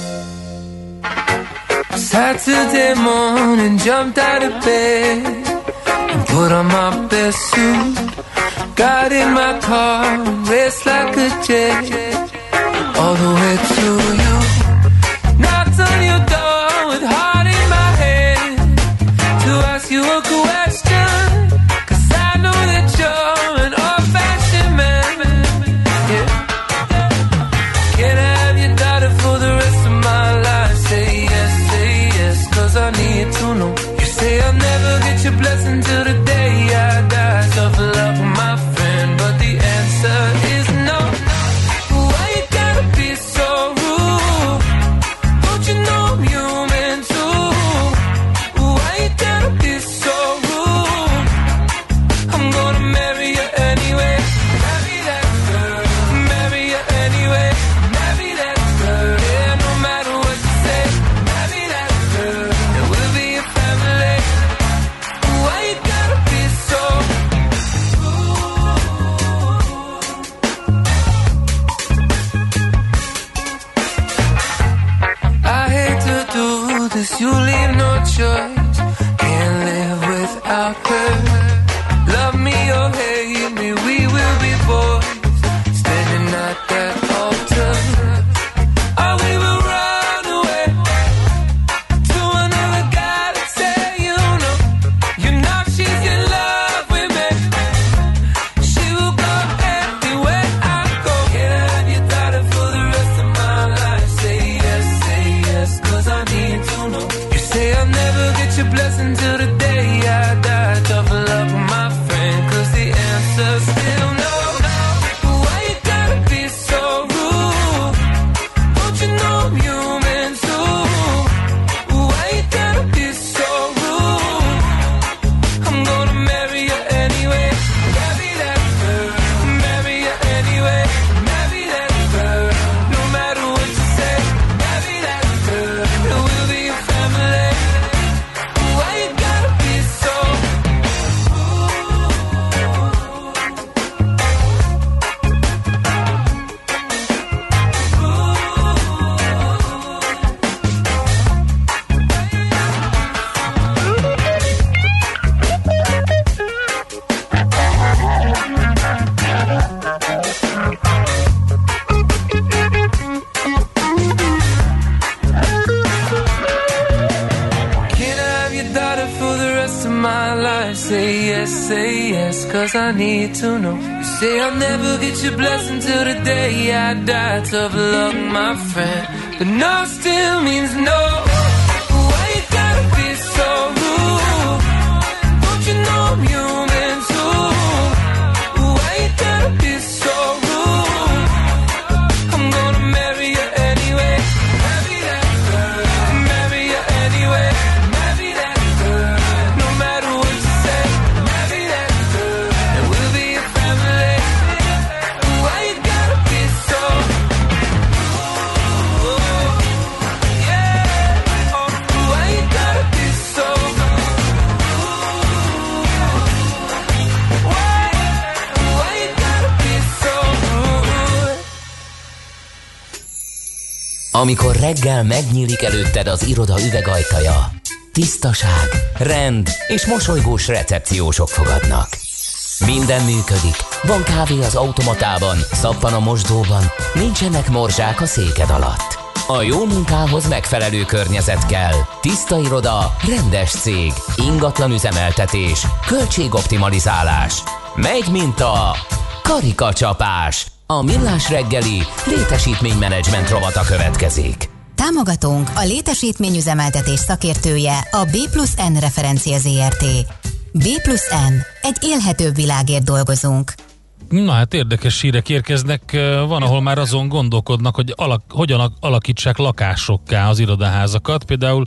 Saturday morning, jumped out of bed and put on my best suit. Got in my car, raced like a jet all the way to you. Knocked on your door with heart in my head to ask you a question, 'cause I know that you're an old-fashioned man. Yeah. Can I have your daughter for the rest of my life? Say yes, say yes, 'cause I need to know. You say I'll never get your blessing till the day I die. Tough love, my friend, but the answer is no. Why you gotta be so rude? Don't you know I'm human too? Why you gotta be so rude? I'm gonna marry you anyway. Marry that girl. Marry you anyway. Marry that girl. Yeah, no matter what you say. Marry that girl. And we'll be a family. Why you gotta be so I hate to do this, you leave no choice. Can't live without her. Love me or hate me, we will be boys. Standing at that altar. Or we will run away to another guy that say you know. You know she's in love with me. She will go anywhere I go. Can I have your daughter for the rest of my life? Say yes, say yes, cause I need to know. You say I'll never get your blessing till the day I die. Tough luck, my friend, but no still means no. Why you gotta be so rude? Don't you know I'm human too? Why you gotta be so rude? I'm gonna marry you anyway. Marry that girl. Marry you anyway. Marry that girl. No matter what you say. Marry that girl. And we'll be a family. Why you gotta be so rude? Yeah. Oh, why you gotta be so Why? Why you gotta be so rude? Amikor reggel megnyílik előtted az iroda üvegajtaja, tisztaság, rend és mosolygós recepciósok fogadnak. Minden működik, van kávé az automatában, szappan a mosdóban, nincsenek morzsák a széked alatt. A jó munkához megfelelő környezet kell. Tiszta iroda, rendes cég, ingatlan üzemeltetés, költségoptimalizálás. Megy, mint a karikacsapás. A Millás reggeli létesítménymenedzsment rovata következik. Támogatónk a létesítményüzemeltetés szakértője a B plusz N Referencia Zrt. B plusz N. Egy élhetőbb világért dolgozunk. Na hát érdekes hírek érkeznek, van, ahol már azon gondolkodnak, hogy alak, hogyan alakítsák lakásokká az irodaházakat. Például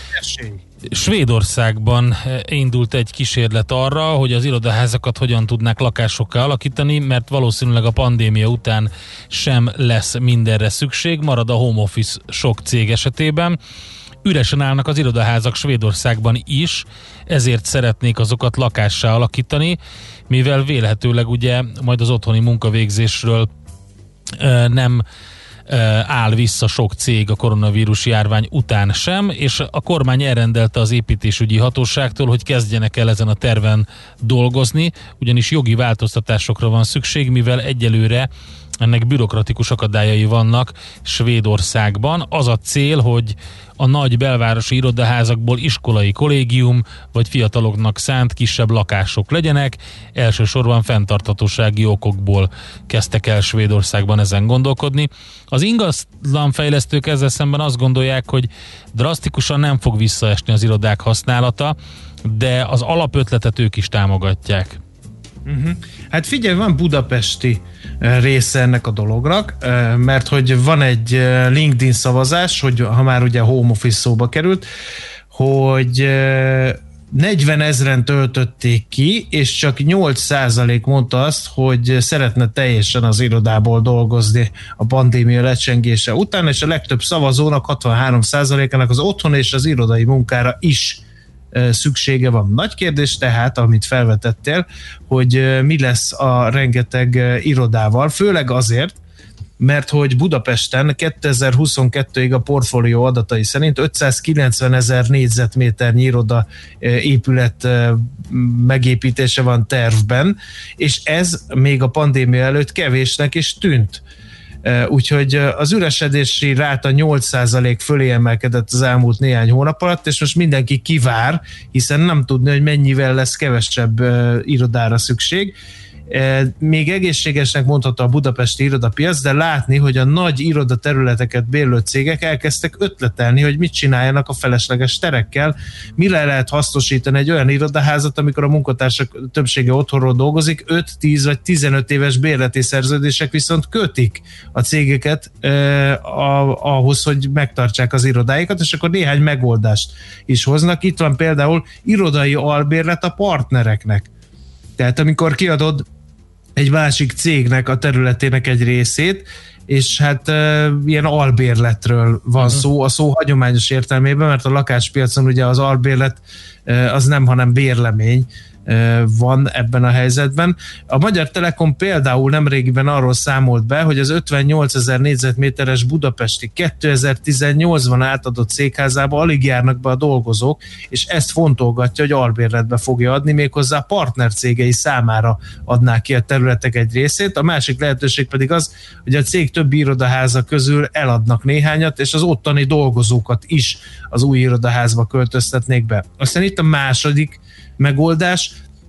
Svédországban indult egy kísérlet arra, hogy az irodaházakat hogyan tudnák lakásokká alakítani, mert valószínűleg a pandémia után sem lesz mindenre szükség, marad a home office sok cég esetében. Üresen állnak az irodaházak Svédországban is, ezért szeretnék azokat lakássá alakítani, mivel vélhetőleg ugye majd az otthoni munkavégzésről e, nem e, áll vissza sok cég a koronavírus járvány után sem, és a kormány elrendelte az építésügyi hatóságtól, hogy kezdjenek el ezen a terven dolgozni, ugyanis jogi változtatásokra van szükség, mivel egyelőre ennek bürokratikus akadályai vannak Svédországban. Az a cél, hogy a nagy belvárosi irodaházakból iskolai kollégium vagy fiataloknak szánt kisebb lakások legyenek. Elsősorban fenntarthatósági okokból kezdtek el Svédországban ezen gondolkodni. Az ingatlanfejlesztők ezzel szemben azt gondolják, hogy drasztikusan nem fog visszaesni az irodák használata, de az alapötletet ők is támogatják. Uh-huh. Hát figyelj, van budapesti része ennek a dolognak, mert hogy van egy LinkedIn szavazás, hogy ha már ugye home office szóba került, hogy negyven ezren töltötték ki, és csak nyolc százalék mondta azt, hogy szeretne teljesen az irodából dolgozni a pandémia lecsengése után, és a legtöbb szavazónak, hatvanhárom százalékának az otthon és az irodai munkára is szüksége van. Nagy kérdés tehát, amit felvetettél, hogy mi lesz a rengeteg irodával, főleg azért, mert hogy Budapesten kétezer-huszonkettőig a portfólió adatai szerint ötszázkilencven ezer négyzetméternyi iroda épület megépítése van tervben, és ez még a pandémia előtt kevésnek is tűnt. Úgyhogy az üresedési ráta nyolc százalék fölé emelkedett az elmúlt néhány hónap alatt, és most mindenki kivár, hiszen nem tudni, hogy mennyivel lesz kevesebb irodára szükség. Még egészségesnek mondható a budapesti irodapiac, de látni, hogy a nagy iroda területeket bérlő cégek elkezdtek ötletelni, hogy mit csináljanak a felesleges terekkel, mire lehet hasznosítani egy olyan irodaházat, amikor a munkatársak többsége otthonról dolgozik, öt, tíz vagy tizenöt éves bérleti szerződések viszont kötik a cégeket eh, ahhoz, hogy megtartsák az irodáikat, és akkor néhány megoldást is hoznak. Itt van például irodai albérlet a partnereknek. Tehát amikor kiadod egy másik cégnek a területének egy részét, és hát e, ilyen albérletről van uh-huh. szó, a szó hagyományos értelmében, mert a lakáspiacon ugye az albérlet e, az nem, hanem bérlemény e, van ebben a helyzetben. A Magyar Telekom például nemrégiben arról számolt be, hogy az ötvennyolcezer négyzetméteres budapesti kétezer-tizennyolcban átadott székházába alig járnak be a dolgozók, és ezt fontolgatja, hogy albérletbe fogja adni, méghozzá partnercégei számára adnák ki a területek egy részét. A másik lehetőség pedig az, hogy a cég többi irodaháza közül eladnak néhányat, és az ottani dolgozókat is az új irodaházba költöztetnék be. Aztán itt a második megoldás,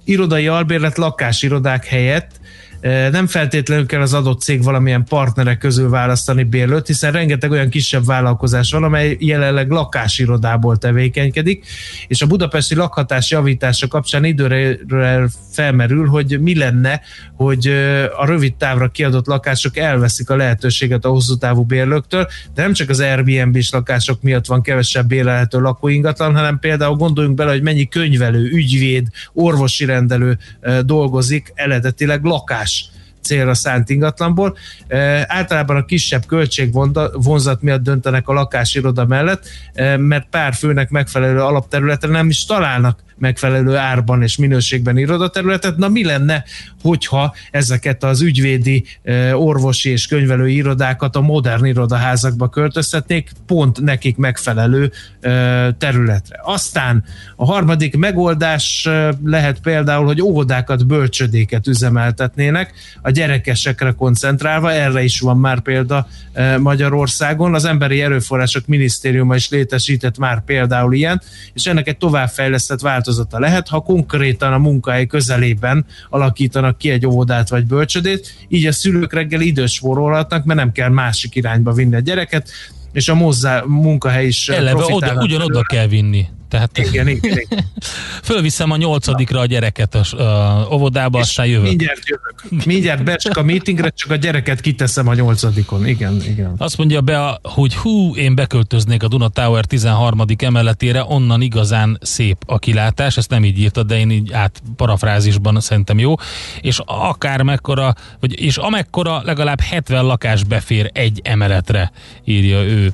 irodai albérlet lakásirodák helyett nem feltétlenül kell az adott cég valamilyen partnerek közül választani bérlőt, hiszen rengeteg olyan kisebb vállalkozás van, amely jelenleg lakásirodából tevékenykedik, és a budapesti lakhatás javítása kapcsán időre felmerül, hogy mi lenne, hogy a rövid távra kiadott lakások elveszik a lehetőséget a hosszú távú bérlőktől, de nem csak az Airbnb-s lakások miatt van kevesebb bérelhető lakóingatlan, hanem például gondoljunk bele, hogy mennyi könyvelő, ügyvéd, orvosi rendelő dolgozik eredetileg lakás célra szánt ingatlanból. E, általában a kisebb költségvonzat miatt döntenek a lakásiroda mellett, e, mert pár főnek megfelelő alapterületre nem is találnak megfelelő árban és minőségben irodaterületet. Na mi lenne, hogyha ezeket az ügyvédi, orvosi és könyvelői irodákat a modern irodaházakba költöztetnék, pont nekik megfelelő területre. Aztán a harmadik megoldás lehet például, hogy óvodákat, bölcsödéket üzemeltetnének, a gyerekesekre koncentrálva, erre is van már példa Magyarországon. Az Emberi Erőforrások Minisztériuma is létesített már például ilyen, és ennek egy továbbfejlesztett változata lehet, ha konkrétan a munkahely közelében alakítanak ki egy óvodát vagy bölcsödét, így a szülők reggel időt spórolhatnak, mert nem kell másik irányba vinni a gyereket, és a mozzá, munkahely is eleve oda, ugyanoda kell vinni. Tehát igen, igen, igen. Fölviszem a nyolcadikra a gyereket a, a óvodába, és aztán jövök. Mindjárt jövök. Mindjárt becsek a meetingre, csak a gyereket kiteszem a nyolcadikon. Igen, igen. Azt mondja be, hogy hú, én beköltöznék a Duna Tower tizenharmadik emeletére, onnan igazán szép a kilátás, ezt nem így írta, de én így át parafrázisban szerintem jó, és akár mekkora, vagy, és amekkora legalább hetven lakás befér egy emeletre, írja ő.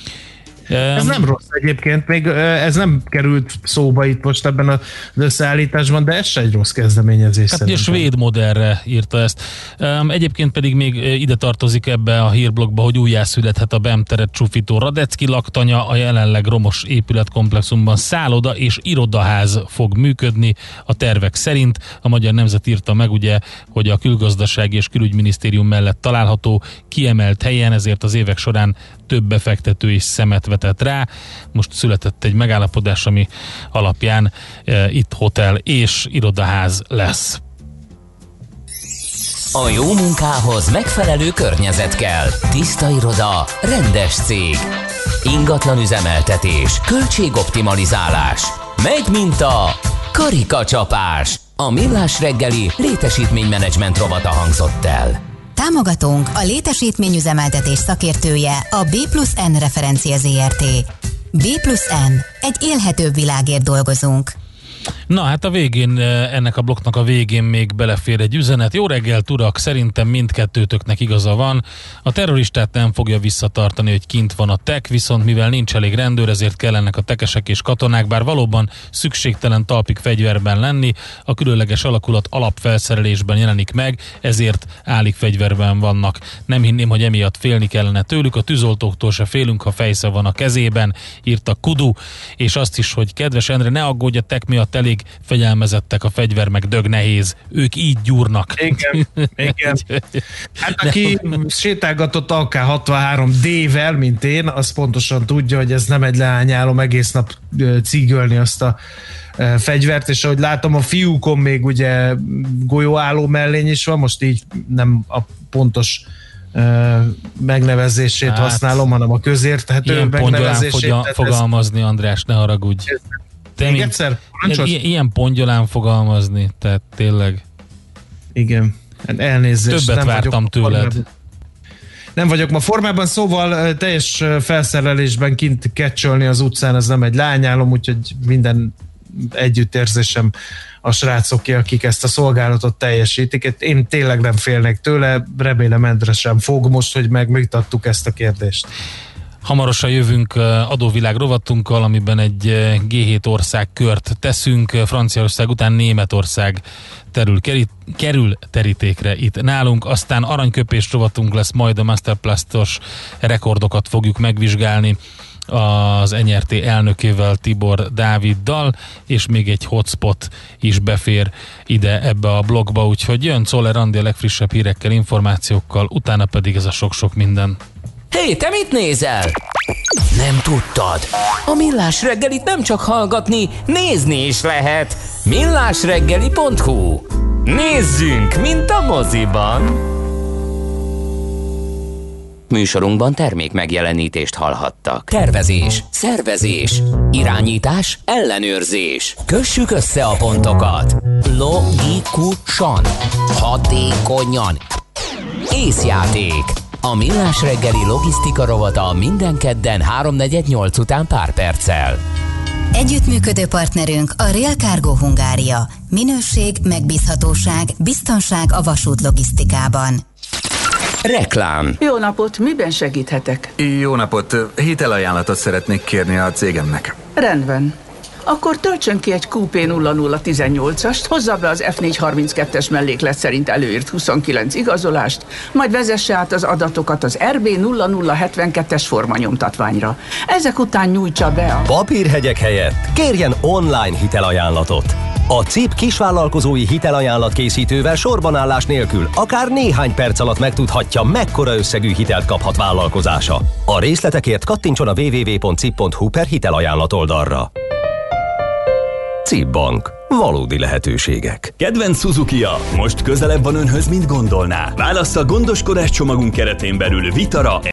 Ez nem rossz egyébként, még ez nem került szóba itt most ebben az összeállításban, de ez se egy rossz kezdeményezés. Hát a svéd modellre írta ezt. Egyébként pedig még ide tartozik ebbe a hírblogba, hogy újjászülethet a bé e em teret csúfító Radecki laktanya, a jelenleg romos épületkomplexumban szálloda és irodaház fog működni a tervek szerint. A Magyar Nemzet írta meg ugye, hogy a Külgazdasági és Külügyminisztérium mellett található kiemelt helyen, ezért az évek során több befektető is szemet vetett rá. Most született egy megállapodás, ami alapján e, itt hotel és irodaház lesz. A jó munkához megfelelő környezet kell. Tiszta iroda, rendes cég. Ingatlan üzemeltetés, költségoptimalizálás. Megy mint a karikacsapás. A Millás reggeli létesítménymenedzsment rovata hangzott el. Támogatónk a létesítményüzemeltetés szakértője, a B plusz N Referencia zé er té. B plusz N. Egy élhetőbb világért dolgozunk. Na hát a végén, ennek a blokknak a végén még belefér egy üzenet. Jó reggelt, urak, szerintem mindkettőtöknek igaza van. A terroristát nem fogja visszatartani, hogy kint van a tek, viszont mivel nincs elég rendőr, ezért kellenek a tekesek és katonák, bár valóban szükségtelen talpig fegyverben lenni, a különleges alakulat alapfelszerelésben jelenik meg, ezért állig fegyverben vannak. Nem hinném, hogy emiatt félni kellene tőlük, a tűzoltóktól se félünk, ha fejsze van a kezében, írta Kudu, és azt is, hogy kedves Endre, ne aggódj, a tek miatt elég fegyelmezettek, a fegyver meg dög nehéz. Ők így gyúrnak. Igen, igen. Hát aki sétálgatott á ká hatvanhárom dé-vel, mint én, az pontosan tudja, hogy ez nem egy leányálom egész nap cígölni azt a fegyvert, és ahogy látom, a fiúkon még ugye golyóálló mellény is van, most így nem a pontos megnevezését hát, használom, hanem a közérthető megnevezését. Ilyen fogalmazni, András, ne haragudj. Te még egyszer? I- ilyen pongyolán fogalmazni, tehát tényleg. Igen, elnézést. Többet nem vártam tőled. Formában. Nem vagyok ma formában, szóval teljes felszerelésben kint kecsölni az utcán, ez nem egy lányálom, úgyhogy minden együttérzésem a srácoké, akik ezt a szolgálatot teljesítik. Én tényleg nem félnek tőle, remélem Endre sem fog most, hogy megvitattuk ezt a kérdést. Hamarosan jövünk adóvilág rovatunkkal, amiben egy gé hét ország kört teszünk. Franciaország után Németország terül, kerül terítékre itt nálunk, aztán aranyköpés rovatunk lesz, majd a Masterplastos rekordokat fogjuk megvizsgálni az en er té elnökével, Tibor Dáviddal, és még egy hotspot is befér ide ebbe a blogba, úgyhogy jön Czoller Andi a legfrissebb hírekkel, információkkal, utána pedig ez a sok-sok minden. Hé, hey, te mit nézel? Nem tudtad? A Millás reggelit nem csak hallgatni, nézni is lehet. millásreggeli pont hu. Nézzünk, mint a moziban! Műsorunkban termék megjelenítést hallhattak. Tervezés, szervezés, irányítás, ellenőrzés. Kössük össze a pontokat. Logikusan, hatékonyan. Észjáték. A Millás reggeli logisztika rovata minden kedden háromnegyed nyolc után pár perccel. Együttműködő partnerünk a Rail Cargo Hungária. Minőség, megbízhatóság, biztonság a vasút logisztikában. Reklám. Jó napot, miben segíthetek? Jó napot, hitelajánlatot szeretnék kérni a cégemnek. Rendben. Akkor töltsön ki egy Q P nulla nulla tizennyolcast, hozza be az F négy harminckettes melléklet szerint előírt huszonkilenc igazolást, majd vezesse át az adatokat az R B nulla nulla hetvenkettes formanyomtatványra. Ezek után nyújtsa be a... Papírhegyek helyett kérjen online hitelajánlatot. A cé i pé kisvállalkozói hitelajánlat készítővel sorbanállás nélkül akár néhány perc alatt megtudhatja, mekkora összegű hitelt kaphat vállalkozása. A részletekért kattintson a double-u double-u double-u pont cip pont hu per hitelajánlat oldalra. cé i pé Bank. Valódi lehetőségek. Kedvenc Suzuki-ja most közelebb van önhöz, mint gondolná. Válassza gondoskodás csomagunk keretén belül Vitara